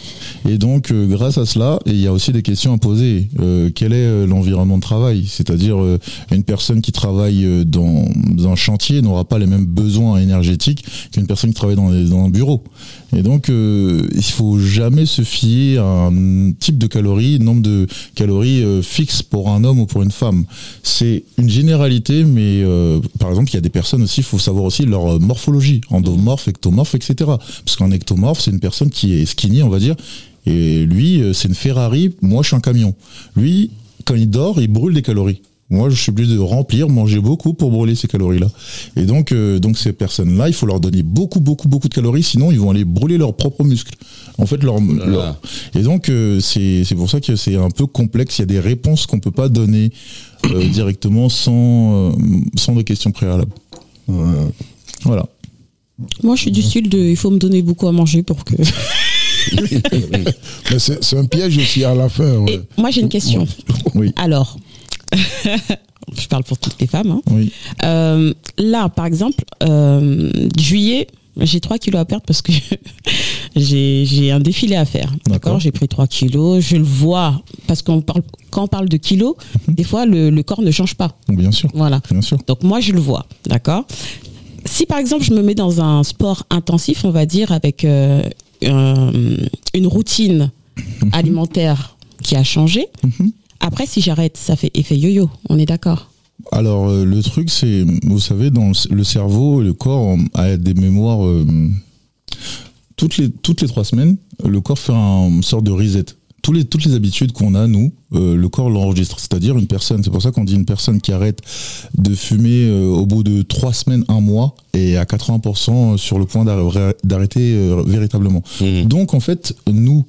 Et donc, grâce à cela, il y a aussi des questions à poser. Quel est l'environnement de travail ? C'est-à-dire, une personne qui travaille dans un chantier n'aura pas les mêmes besoins énergétiques qu'une personne qui travaille dans un bureau. Et donc, il faut jamais se fier à un type de calories, nombre de calories fixe pour un homme ou pour une femme. C'est une généralité, mais par exemple, il y a des personnes aussi, il faut savoir aussi leur morphologie, endomorphe, ectomorphe, etc. Parce qu'un ectomorphe, c'est une personne qui est skinny, on va dire, et lui, c'est une Ferrari, moi je suis un camion. Lui, quand il dort, il brûle des calories. Moi, je suis obligé de remplir, manger beaucoup pour brûler ces calories-là. Et donc ces personnes-là, il faut leur donner beaucoup de calories, sinon ils vont aller brûler leurs propres muscles. En fait, Et donc, c'est pour ça que c'est un peu complexe. Il y a des réponses qu'on peut pas donner directement sans des questions préalables. Voilà. Moi, je suis du style de, il faut me donner beaucoup à manger pour que... Mais c'est un piège aussi à la fin. Ouais. Et moi, j'ai une question. Oui. Alors... je parle pour toutes les femmes. Hein. Oui. Là, par exemple, juillet, j'ai 3 kilos à perdre parce que j'ai un défilé à faire. D'accord. J'ai pris 3 kilos. Je le vois parce quand on parle de kilos, des fois, le corps ne change pas. Bien sûr. Voilà. Bien sûr. Donc, moi, je le vois. D'accord. Si, par exemple, je me mets dans un sport intensif, on va dire, avec une routine alimentaire qui a changé, après, si j'arrête, ça fait effet yo-yo, on est d'accord ? Alors, le truc, c'est, vous savez, dans le cerveau, le corps a des mémoires. Toutes les 3 semaines, le corps fait une sorte de reset. Toutes les habitudes qu'on a, nous, le corps l'enregistre. C'est-à-dire une personne, c'est pour ça qu'on dit une personne qui arrête de fumer au bout de 3 semaines, 1 mois, est à 80% sur le point d'arrêter véritablement. Donc, en fait, nous,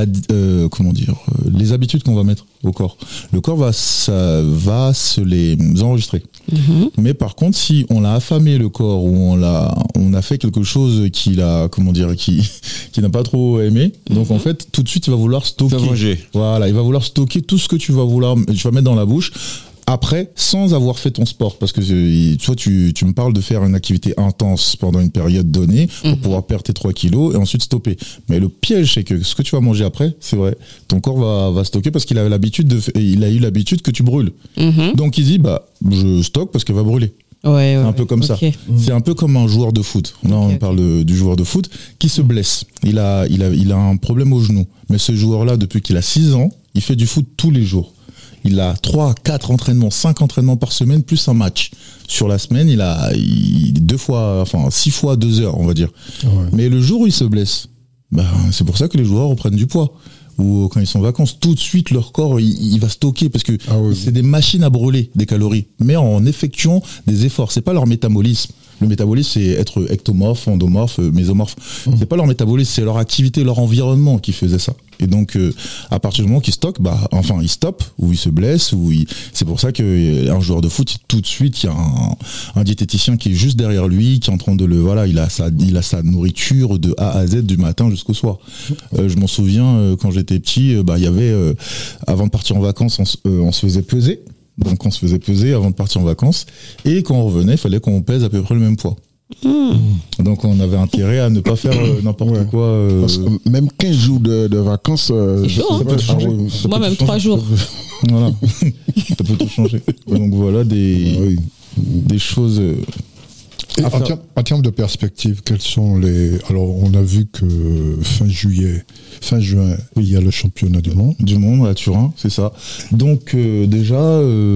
les habitudes qu'on va mettre au corps, le corps va se les enregistrer. Mais par contre, si on l'a affamé le corps, ou on a fait quelque chose qu'il n'a pas trop aimé, donc en fait, tout de suite, il va vouloir stocker. Voilà, il va vouloir stocker tout ce que tu vas mettre dans la bouche. Après, sans avoir fait ton sport, parce que toi, tu me parles de faire une activité intense pendant une période donnée pour pouvoir perdre tes 3 kilos et ensuite stopper. Mais le piège, c'est que ce que tu vas manger après, c'est vrai, ton corps va stocker parce qu'il a eu l'habitude que tu brûles. Donc il dit, je stocke parce qu'elle va brûler. Ouais, c'est un peu comme ça. C'est un peu comme un joueur de foot. Là, on parle du joueur de foot qui se blesse. Il a un problème au genou. Mais ce joueur-là, depuis qu'il a 6 ans, il fait du foot tous les jours. Il a 3, 4 entraînements, 5 entraînements par semaine, plus un match. Sur la semaine, il a 6 fois 2 heures, on va dire. Mais le jour où il se blesse, c'est pour ça que les joueurs reprennent du poids. Ou quand ils sont en vacances, tout de suite, leur corps, il va stocker parce que c'est des machines à brûler des calories, mais en effectuant des efforts. C'est pas leur métabolisme. Le métabolisme, c'est être ectomorphe, endomorphe, mésomorphe. C'est pas leur métabolisme, c'est leur activité, leur environnement qui faisait ça. Et donc, à partir du moment qu'il stocke, il stoppe, ou il se blesse, c'est pour ça qu'un joueur de foot, tout de suite, il y a un diététicien qui est juste derrière lui, qui est en train de il a sa nourriture de A à Z du matin jusqu'au soir. Je m'en souviens, quand j'étais petit, il y avait, avant de partir en vacances, on se faisait peser. Donc on se faisait peser avant de partir en vacances. Et quand on revenait, il fallait qu'on pèse à peu près le même poids. Donc on avait intérêt à ne pas faire n'importe quoi. Parce que même 15 jours de vacances, c'est chaud, ça peut tout changer. Moi même 3 jours. Voilà. Ça peut tout changer. Donc voilà des choses... Et en termes de perspective, quels sont les... Alors, on a vu que fin juin, il y a le championnat du monde. Du monde à Turin, c'est ça. Donc, déjà,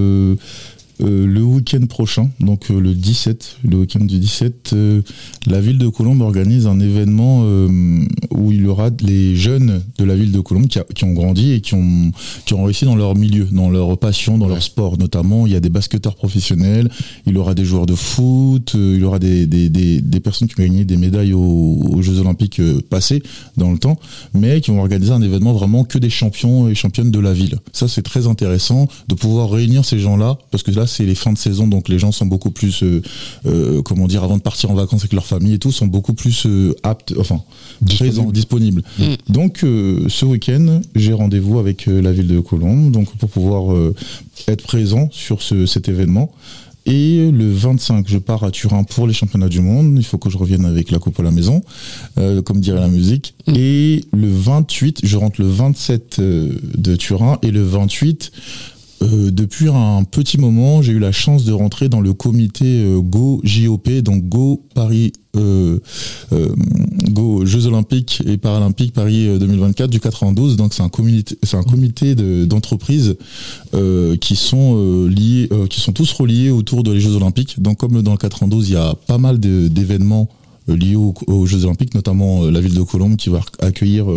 le week-end prochain, donc le week-end du 17, la ville de Colombes organise un événement où il y aura les jeunes de la ville de Colombes qui ont grandi et qui ont réussi dans leur milieu, dans leur passion, dans leur sport. Notamment, il y a des basketteurs professionnels, il y aura des joueurs de foot, il y aura des personnes qui ont gagné des médailles aux Jeux Olympiques passés dans le temps, mais qui vont organiser un événement vraiment que des champions et championnes de la ville. Ça, c'est très intéressant de pouvoir réunir ces gens-là, parce que là, c'est les fins de saison, donc les gens sont beaucoup plus, avant de partir en vacances avec leur famille et tout, sont beaucoup plus aptes, présents, disponibles. Donc, ce week-end, j'ai rendez-vous avec la ville de Colombes, donc pour pouvoir être présent sur cet événement. Et le 25, je pars à Turin pour les championnats du monde. Il faut que je revienne avec la coupe à la maison, comme dirait la musique. Et le 28, je rentre le 27 de Turin. Et le 28, depuis un petit moment, j'ai eu la chance de rentrer dans le comité Go JOP, donc Go Paris, Go Jeux Olympiques et Paralympiques Paris 2024 du 92. Donc c'est un comité d'entreprises qui sont liés, qui sont tous reliés autour des Jeux Olympiques. Donc comme dans le 92, il y a pas mal d'événements liés aux Jeux Olympiques, notamment la ville de Colombes qui va accueillir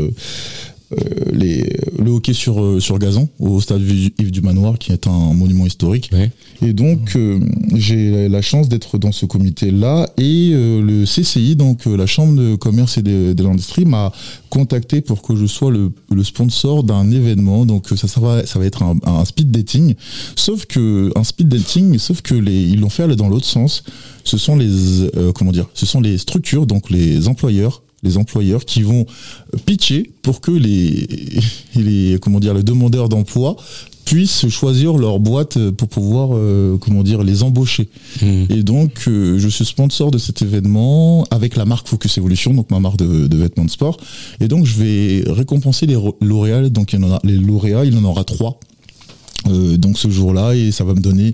le hockey sur gazon au stade Yves du Manoir, qui est un monument historique. Ouais. Et donc j'ai la chance d'être dans ce comité là, et le CCI, donc la chambre de commerce et de l'industrie, m'a contacté pour que je sois le sponsor d'un événement. Donc ça va être un speed dating, sauf que ils l'ont fait aller dans l'autre sens. Ce sont les structures, donc les employeurs qui vont pitcher pour que les demandeurs d'emploi puissent choisir leur boîte pour pouvoir les embaucher. Et donc je suis sponsor de cet événement avec la marque Focus Evolution, donc ma marque de vêtements de sport. Et donc je vais récompenser les lauréats. Donc il en aura 3. Donc ce jour-là, et ça va me donner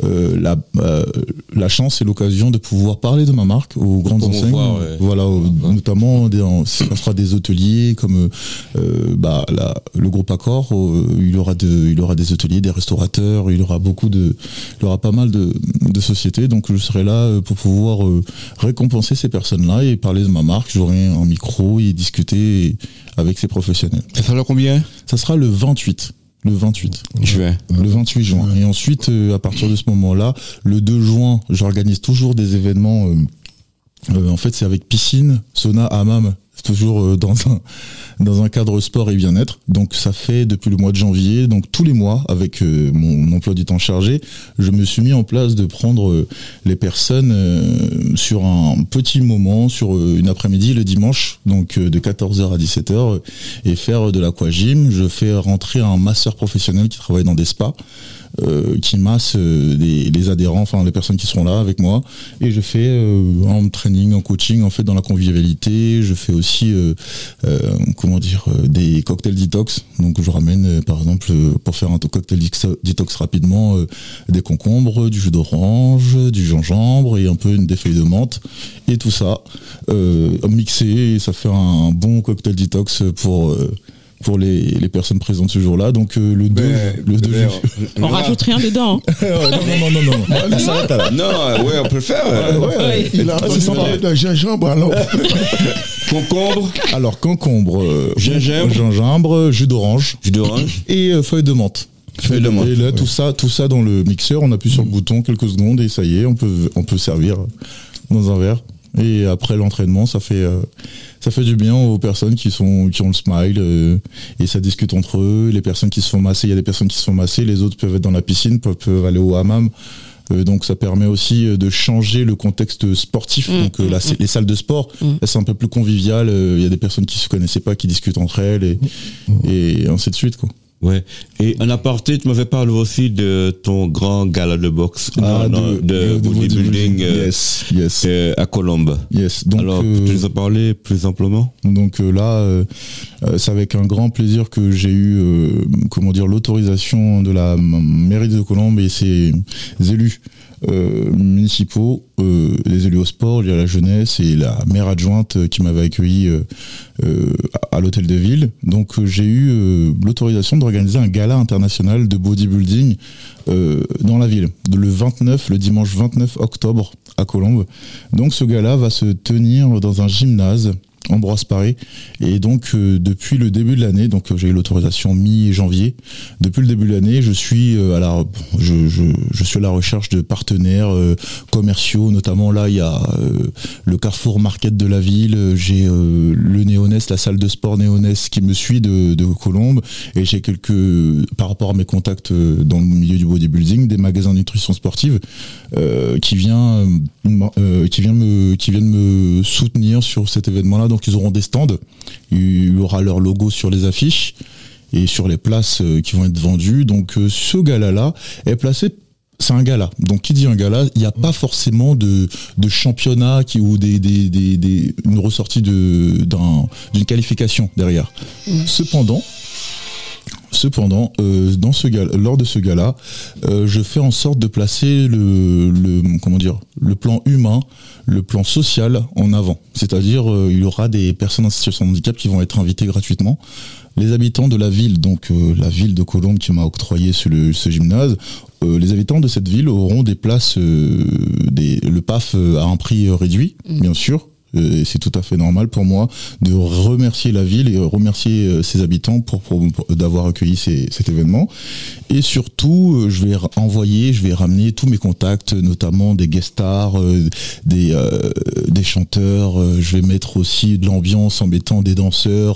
la chance et l'occasion de pouvoir parler de ma marque aux grandes enseignes, notamment ça sera des hôteliers comme le groupe Accor. Il y aura des hôteliers, des restaurateurs, il y aura pas mal de sociétés. Donc je serai là pour pouvoir récompenser ces personnes-là et parler de ma marque. J'aurai un micro et discuter avec ces professionnels. Ça sera combien ? Ça sera le 28. Le 28 juin. Le 28 juin. Et ensuite, à partir de ce moment-là, le 2 juin, j'organise toujours des événements. En fait, c'est avec piscine, sauna, hammam, toujours dans un cadre sport et bien-être. Donc ça fait depuis le mois de janvier, donc tous les mois, avec mon emploi du temps chargé, je me suis mis en place de prendre les personnes sur un petit moment, sur une après-midi le dimanche, donc de 14h à 17h, et faire de l'aquagym. Je fais rentrer un masseur professionnel qui travaille dans des spas, qui masse les adhérents, enfin les personnes qui seront là avec moi, et je fais un training, un coaching en fait dans la convivialité. Je fais aussi des cocktails detox. Donc je ramène par exemple pour faire un cocktail detox rapidement des concombres, du jus d'orange, du gingembre et un peu des feuilles de menthe, et tout ça mixé, et ça fait un bon cocktail detox pour les personnes présentes ce jour-là. Donc le 2 on rajoute rien dedans. Non. Ça s'arrête là. Non, on peut le faire. Il a un gingembre alors. Concombre. Alors concombre, gingembre, jus d'orange et feuilles de menthe. Et là tout ça dans le mixeur, on appuie sur le bouton quelques secondes et ça y est, on peut servir dans un verre. Et après l'entraînement, ça fait du bien aux personnes qui ont le smile, et ça discute entre eux. Les personnes qui se font masser, il y a des personnes qui se font masser, les autres peuvent être dans la piscine, peuvent aller au hammam. Donc ça permet aussi de changer le contexte sportif. Donc les salles de sport, c'est un peu plus convivial. Il y a des personnes qui se connaissaient pas, qui discutent entre elles, et ainsi de suite, quoi. Ouais. Et en aparté, tu m'avais parlé aussi de ton grand gala de boxe, de bodybuilding, yes. À Colombes. Yes. Donc, alors, tu nous as parlé plus amplement. Donc là, c'est avec un grand plaisir que j'ai eu, l'autorisation de la mairie de Colombes et ses élus municipaux, les élus au sport, il y a la jeunesse et la maire adjointe qui m'avait accueilli à l'hôtel de ville. Donc j'ai eu l'autorisation d'organiser un gala international de bodybuilding dans la ville, le dimanche 29 octobre à Colombes. Donc ce gala va se tenir dans un gymnase Ambroise Paré, et donc depuis le début de l'année, donc j'ai eu l'autorisation mi-janvier. Depuis le début de l'année, je suis à la recherche de partenaires commerciaux. Notamment là, il y a le Carrefour Market de la ville. J'ai le Néonès, la salle de sport Néonès qui me suit de Colombes, et j'ai par rapport à mes contacts dans le milieu du bodybuilding, des magasins de nutrition sportive qui viennent me soutenir sur cet événement-là. Donc ils auront des stands, il y aura leur logo sur les affiches et sur les places qui vont être vendues. Donc ce gala-là est placé c'est un gala. Donc qui dit un gala, il n'y a pas forcément de championnat ou une ressortie d'une qualification derrière. Cependant, lors de ce gala, je fais en sorte de placer le plan humain, le plan social en avant. C'est-à-dire, il y aura des personnes en situation de handicap qui vont être invitées gratuitement. Les habitants de la ville, donc la ville de Colombes qui m'a octroyé ce gymnase, les habitants de cette ville auront des places, le PAF à un prix réduit, bien sûr. C'est tout à fait normal pour moi de remercier la ville et remercier ses habitants pour d'avoir accueilli cet événement. Et surtout, je vais ramener tous mes contacts, notamment des guest stars, des chanteurs. Je vais mettre aussi de l'ambiance en mettant des danseurs,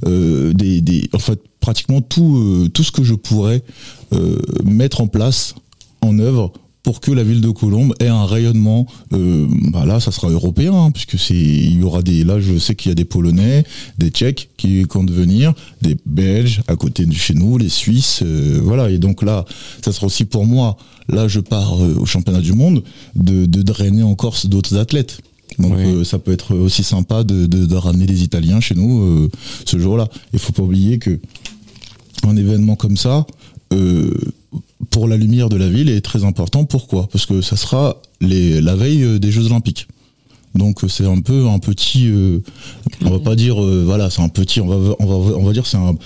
en fait, pratiquement tout ce que je pourrais mettre en place, en œuvre, pour que la ville de Colombes ait un rayonnement, là ça sera européen, hein, puisque il y aura là je sais qu'il y a des Polonais, des Tchèques qui comptent venir, des Belges à côté de chez nous, les Suisses, voilà, et donc là ça sera aussi pour moi, là je pars au championnat du monde, de drainer encore d'autres athlètes. Donc ça peut être aussi sympa de ramener des Italiens chez nous ce jour-là. Il faut pas oublier que un événement comme ça, pour la lumière de la ville est très important. Pourquoi ? Parce que ça sera la veille des Jeux Olympiques. Donc c'est un peu un petit, on va pas dire, c'est un petit, on va dire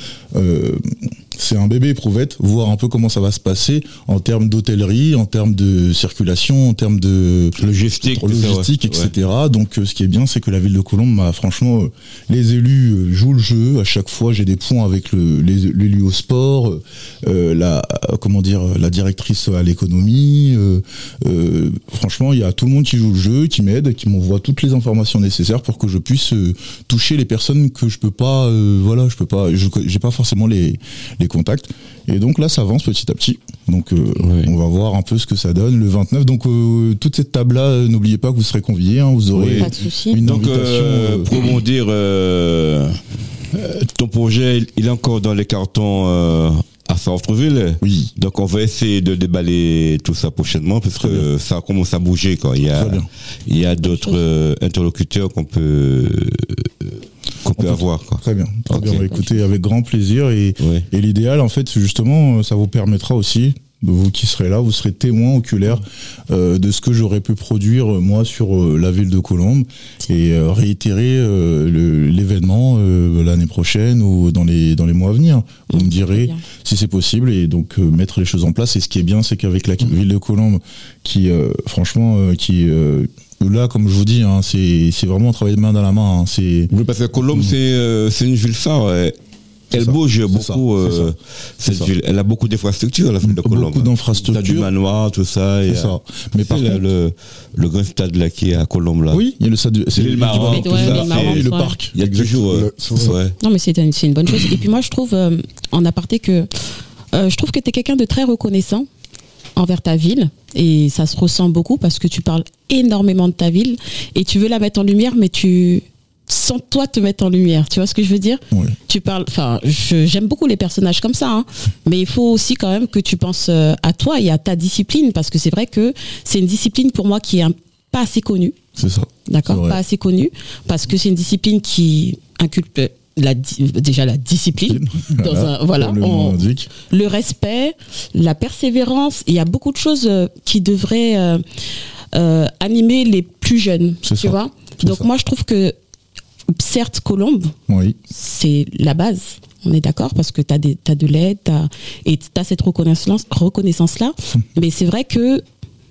c'est un bébé éprouvette, voir un peu comment ça va se passer en termes d'hôtellerie, en termes de circulation, en termes de logistique, etc. Ouais. Donc ce qui est bien, c'est que la ville de Colombes franchement, les élus jouent le jeu. À chaque fois, j'ai des points avec l'élu au sport, la directrice à l'économie. Franchement, il y a tout le monde qui joue le jeu, qui m'aide, qui m'envoie toutes les informations nécessaires pour que je puisse toucher les personnes que je peux pas, j'ai pas forcément les contacts. Et donc là, ça avance petit à petit. Donc on va voir un peu ce que ça donne le 29. Donc toute cette table-là, n'oubliez pas que vous serez conviés. Hein, vous aurez une invitation. Pour dire, ton projet, il est encore dans les cartons à Sartreville. Oui. Donc on va essayer de déballer tout ça prochainement parce que ça commence à bouger. Il y a d'autres interlocuteurs qu'on peut avoir. Quoi. Très bien. Bien. Écoutez, avec grand plaisir. Et l'idéal, en fait, justement, ça vous permettra aussi, vous qui serez là, vous serez témoin oculaire de ce que j'aurais pu produire, moi, sur la ville de Colombes et réitérer l'événement l'année prochaine ou dans les mois à venir. Vous me direz si c'est possible et donc mettre les choses en place. Et ce qui est bien, c'est qu'avec la ville de Colombes qui, là, comme je vous dis, hein, c'est vraiment un travail de main dans la main. Hein, oui, parce que Colombes, c'est une ville phare. Elle bouge beaucoup, cette ville. Elle a beaucoup d'infrastructures, la ville de Colombes. Beaucoup d'infrastructures. Du manoir, tout ça. C'est ça. Mais par contre, le grand stade là qui est à Colombes là. Oui, il y a le stade. C'est l'île Marant, et le parc. Il y a toujours. Non, mais c'est une bonne chose. Et puis moi, je trouve en aparté que je trouve que tu es quelqu'un de très reconnaissant envers ta ville et ça se ressent beaucoup parce que tu parles énormément de ta ville et tu veux la mettre en lumière, mais tu sans toi te mettre en lumière, tu vois ce que je veux dire? Oui. Tu parles, j'aime beaucoup les personnages comme ça, hein, mais il faut aussi quand même que tu penses à toi et à ta discipline, parce que c'est vrai que c'est une discipline pour moi qui est pas assez connue. C'est ça. D'accord, pas assez connue, parce que c'est une discipline qui inculque déjà la discipline, le respect, la persévérance. Il y a beaucoup de choses qui devraient animer les plus jeunes, tu vois. Donc moi je trouve que certes, Colombes, c'est la base, on est d'accord, parce que tu as de l'aide, et tu as cette reconnaissance-là. Mais c'est vrai que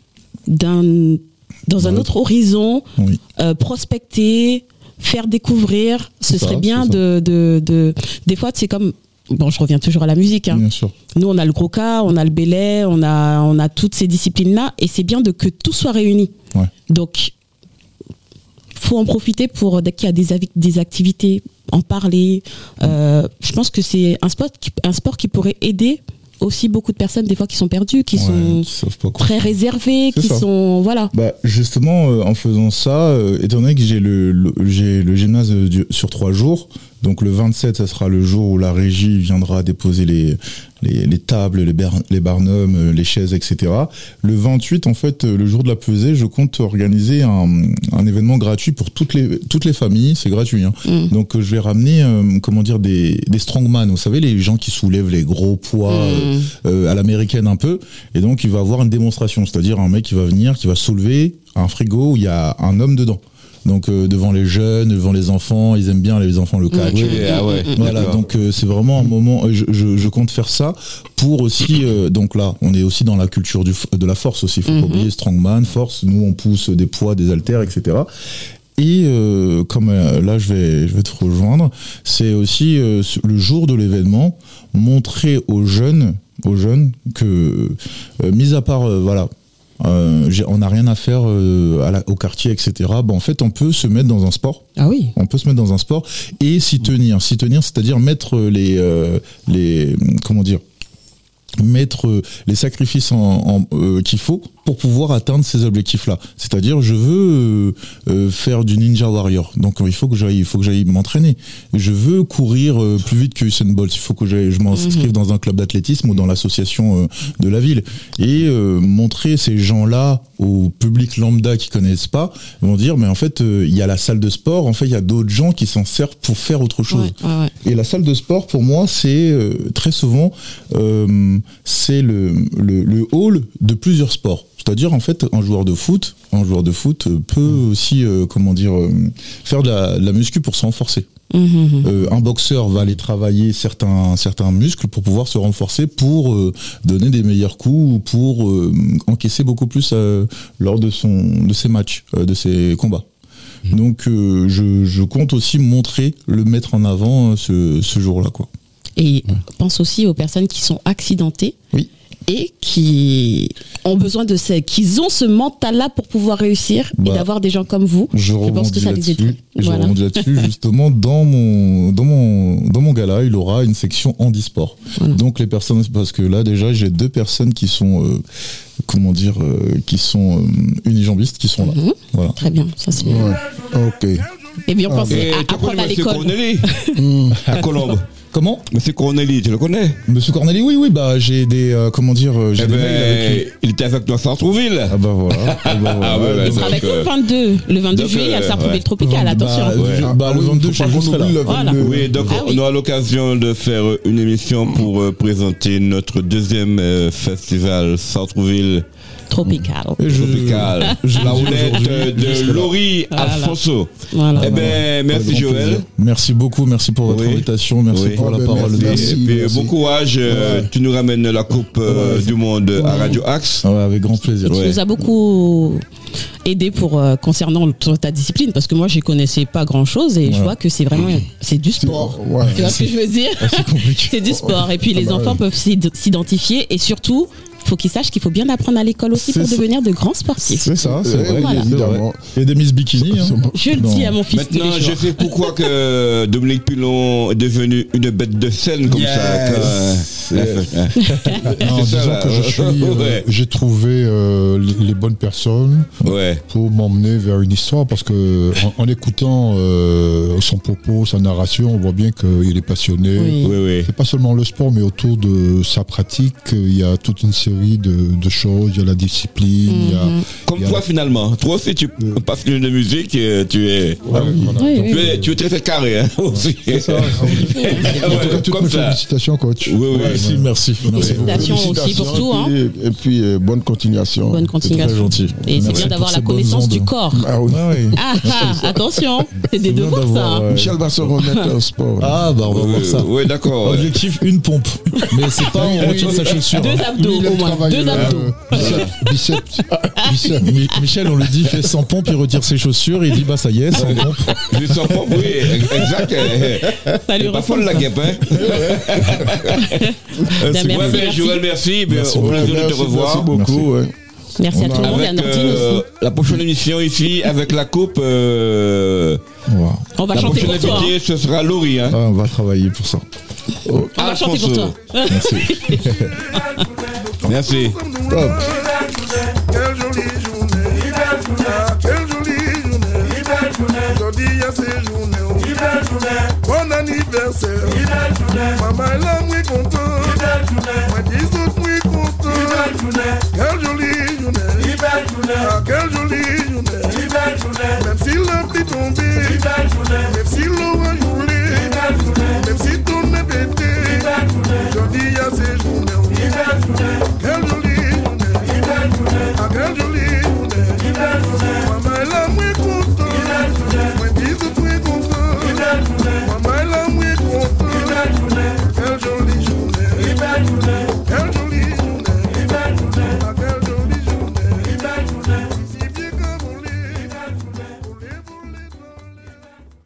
dans un autre horizon, prospecter, faire découvrir, ce serait bien des fois, c'est comme... Bon, je reviens toujours à la musique. Hein. Bien sûr. Nous, on a le Groka, on a le Belay, on a toutes ces disciplines-là, et c'est bien que tout soit réuni. Ouais. Donc, faut en profiter pour, dès qu'il y a des activités, en parler. Je pense que c'est un sport qui pourrait aider aussi beaucoup de personnes, des fois, qui sont perdues, qui sont très réservées, sont... Voilà. Bah, justement, en faisant ça, étant donné que j'ai le gymnase sur 3 jours, Donc le 27, ça sera le jour où la régie viendra déposer les tables, les barnums, les chaises, etc. Le 28, en fait, le jour de la pesée, je compte organiser un événement gratuit pour toutes les familles. C'est gratuit. Hein. Donc je vais ramener, des strongman. Vous savez, les gens qui soulèvent les gros poids à l'américaine un peu. Et donc il va avoir une démonstration, c'est-à-dire un mec qui va venir, qui va soulever un frigo où il y a un homme dedans. Donc devant les jeunes, devant les enfants, ils aiment bien les enfants le catch. Voilà, donc c'est vraiment un moment. Je compte faire ça pour aussi. Donc là, on est aussi dans la culture de la force aussi. Faut pas oublier strongman, force. Nous, on pousse des poids, des haltères, etc. Et comme là, je vais te rejoindre, c'est aussi le jour de l'événement, montrer aux jeunes que, mis à part, on n'a rien à faire au quartier, etc. En fait, on peut se mettre dans un sport. Ah oui. On peut se mettre dans un sport et s'y tenir, c'est-à-dire mettre mettre les sacrifices qu'il faut pour pouvoir atteindre ces objectifs-là. C'est-à-dire, je veux faire du Ninja Warrior, donc il faut que j'aille m'entraîner. Je veux courir plus vite que Usain Bolt. Il faut que je m'inscrive dans un club d'athlétisme ou dans l'association de la ville et montrer ces gens-là au public lambda qui connaissent pas. Ils vont dire, mais en fait, il y a la salle de sport. En fait, il y a d'autres gens qui s'en servent pour faire autre chose. Ouais. Et la salle de sport, pour moi, c'est très souvent c'est le hall de plusieurs sports. C'est-à-dire, en fait, un joueur de foot peut aussi, faire de la muscu pour se renforcer. Un boxeur va aller travailler certains muscles pour pouvoir se renforcer, pour donner des meilleurs coups ou pour encaisser beaucoup plus lors de ses matchs, de ses combats. Donc, je compte aussi mettre en avant ce jour-là, quoi. Et pense aussi aux personnes qui sont accidentées. Oui. Et qui ont besoin qu'ils ont ce mental-là pour pouvoir réussir et d'avoir des gens comme vous. Je pense que ça les aide. Je rebondis là-dessus, justement, dans mon gala, il aura une section handisport. Voilà. Donc les personnes, parce que là déjà, j'ai 2 personnes qui sont, qui sont unijambistes, qui sont là. Voilà. Très bien, ça c'est. Ouais. Ok. Et bien on pense à apprendre à l'école. À Colombe. Comment ? Monsieur Corneli, tu le connais ? Monsieur Corneli, oui, j'ai des j'ai des mails avec lui. Il était avec nous à Sartrouville. Ah bah voilà. Il sera avec nous le 22 juillet à Sartrouville Tropical, attention. Le 22 juillet, je serai là. Voilà. Oui, donc on aura l'occasion de faire une émission pour présenter notre 2e festival Sartrouville Tropical. La roulette de Laurie Alfonso. Voilà. Eh bien, merci Joël. Merci beaucoup, merci pour votre invitation, merci pour la parole. Merci. Bon courage, tu nous ramènes la Coupe du Monde à Radio Axe. Ouais, avec grand plaisir. Tu nous as beaucoup aidé concernant ta discipline, parce que moi je connaissais pas grand chose et je vois que c'est vraiment du sport. Tu vois ce que je veux dire? C'est du sport et puis les enfants peuvent s'identifier et surtout faut qu'ils sachent qu'il faut bien apprendre à l'école aussi pour devenir de grands sportifs. C'est ça, c'est vrai, évidemment. Il y a des Miss Bikini. Je le dis à mon fils. Maintenant, je sais pourquoi que Dominique Pilon est devenu une bête de scène comme ça. J'ai trouvé les bonnes personnes pour m'emmener vers une histoire, parce que en écoutant son propos, sa narration, on voit bien qu'il est passionné. Oui. C'est pas seulement le sport, mais autour de sa pratique, il y a toute une série de choses, il y a la discipline, il y a... Comme toi finalement, toi aussi tu es passionné de musique, tu es très carré aussi. C'est ça. En tout cas, toutes mes félicitations, coach. Oui, merci. Félicitations aussi pour tout. Et puis, bonne continuation. Bonne continuation. Très gentil. Et c'est bien d'avoir la connaissance du corps. Attention, c'est des devoirs ça. Michel va se remettre au sport. Ah bah on va voir ça. Oui, d'accord. Objectif, une pompe. Mais c'est pas en retient sa chaussure. 2 abdos au moins. 2 abdos. Biceps. Michel, on le dit, fait 100 pompes, il retire ses chaussures, il dit bah ça y est, 100 pompes. J'ai 100 pompes, oui, exact. C'est pas folle la guêpe, Joël, merci. Au plaisir de te revoir. Merci beaucoup. Merci à tout le monde et à Nordine aussi. La prochaine émission ici avec la coupe. On va chanter pour toi. Ce sera Laurie. On va travailler pour ça. On va chanter pour toi. Merci. Merci. Quelle jolie journée. Quelle jolie journée. Aujourd'hui, il y a ces journées. Bonne année. anniversaire. Maman elle a muy content. Moi dis autres muy content. Quelle jolie journée. Ah, quelle jolie journée. Même si le petit tombé. Même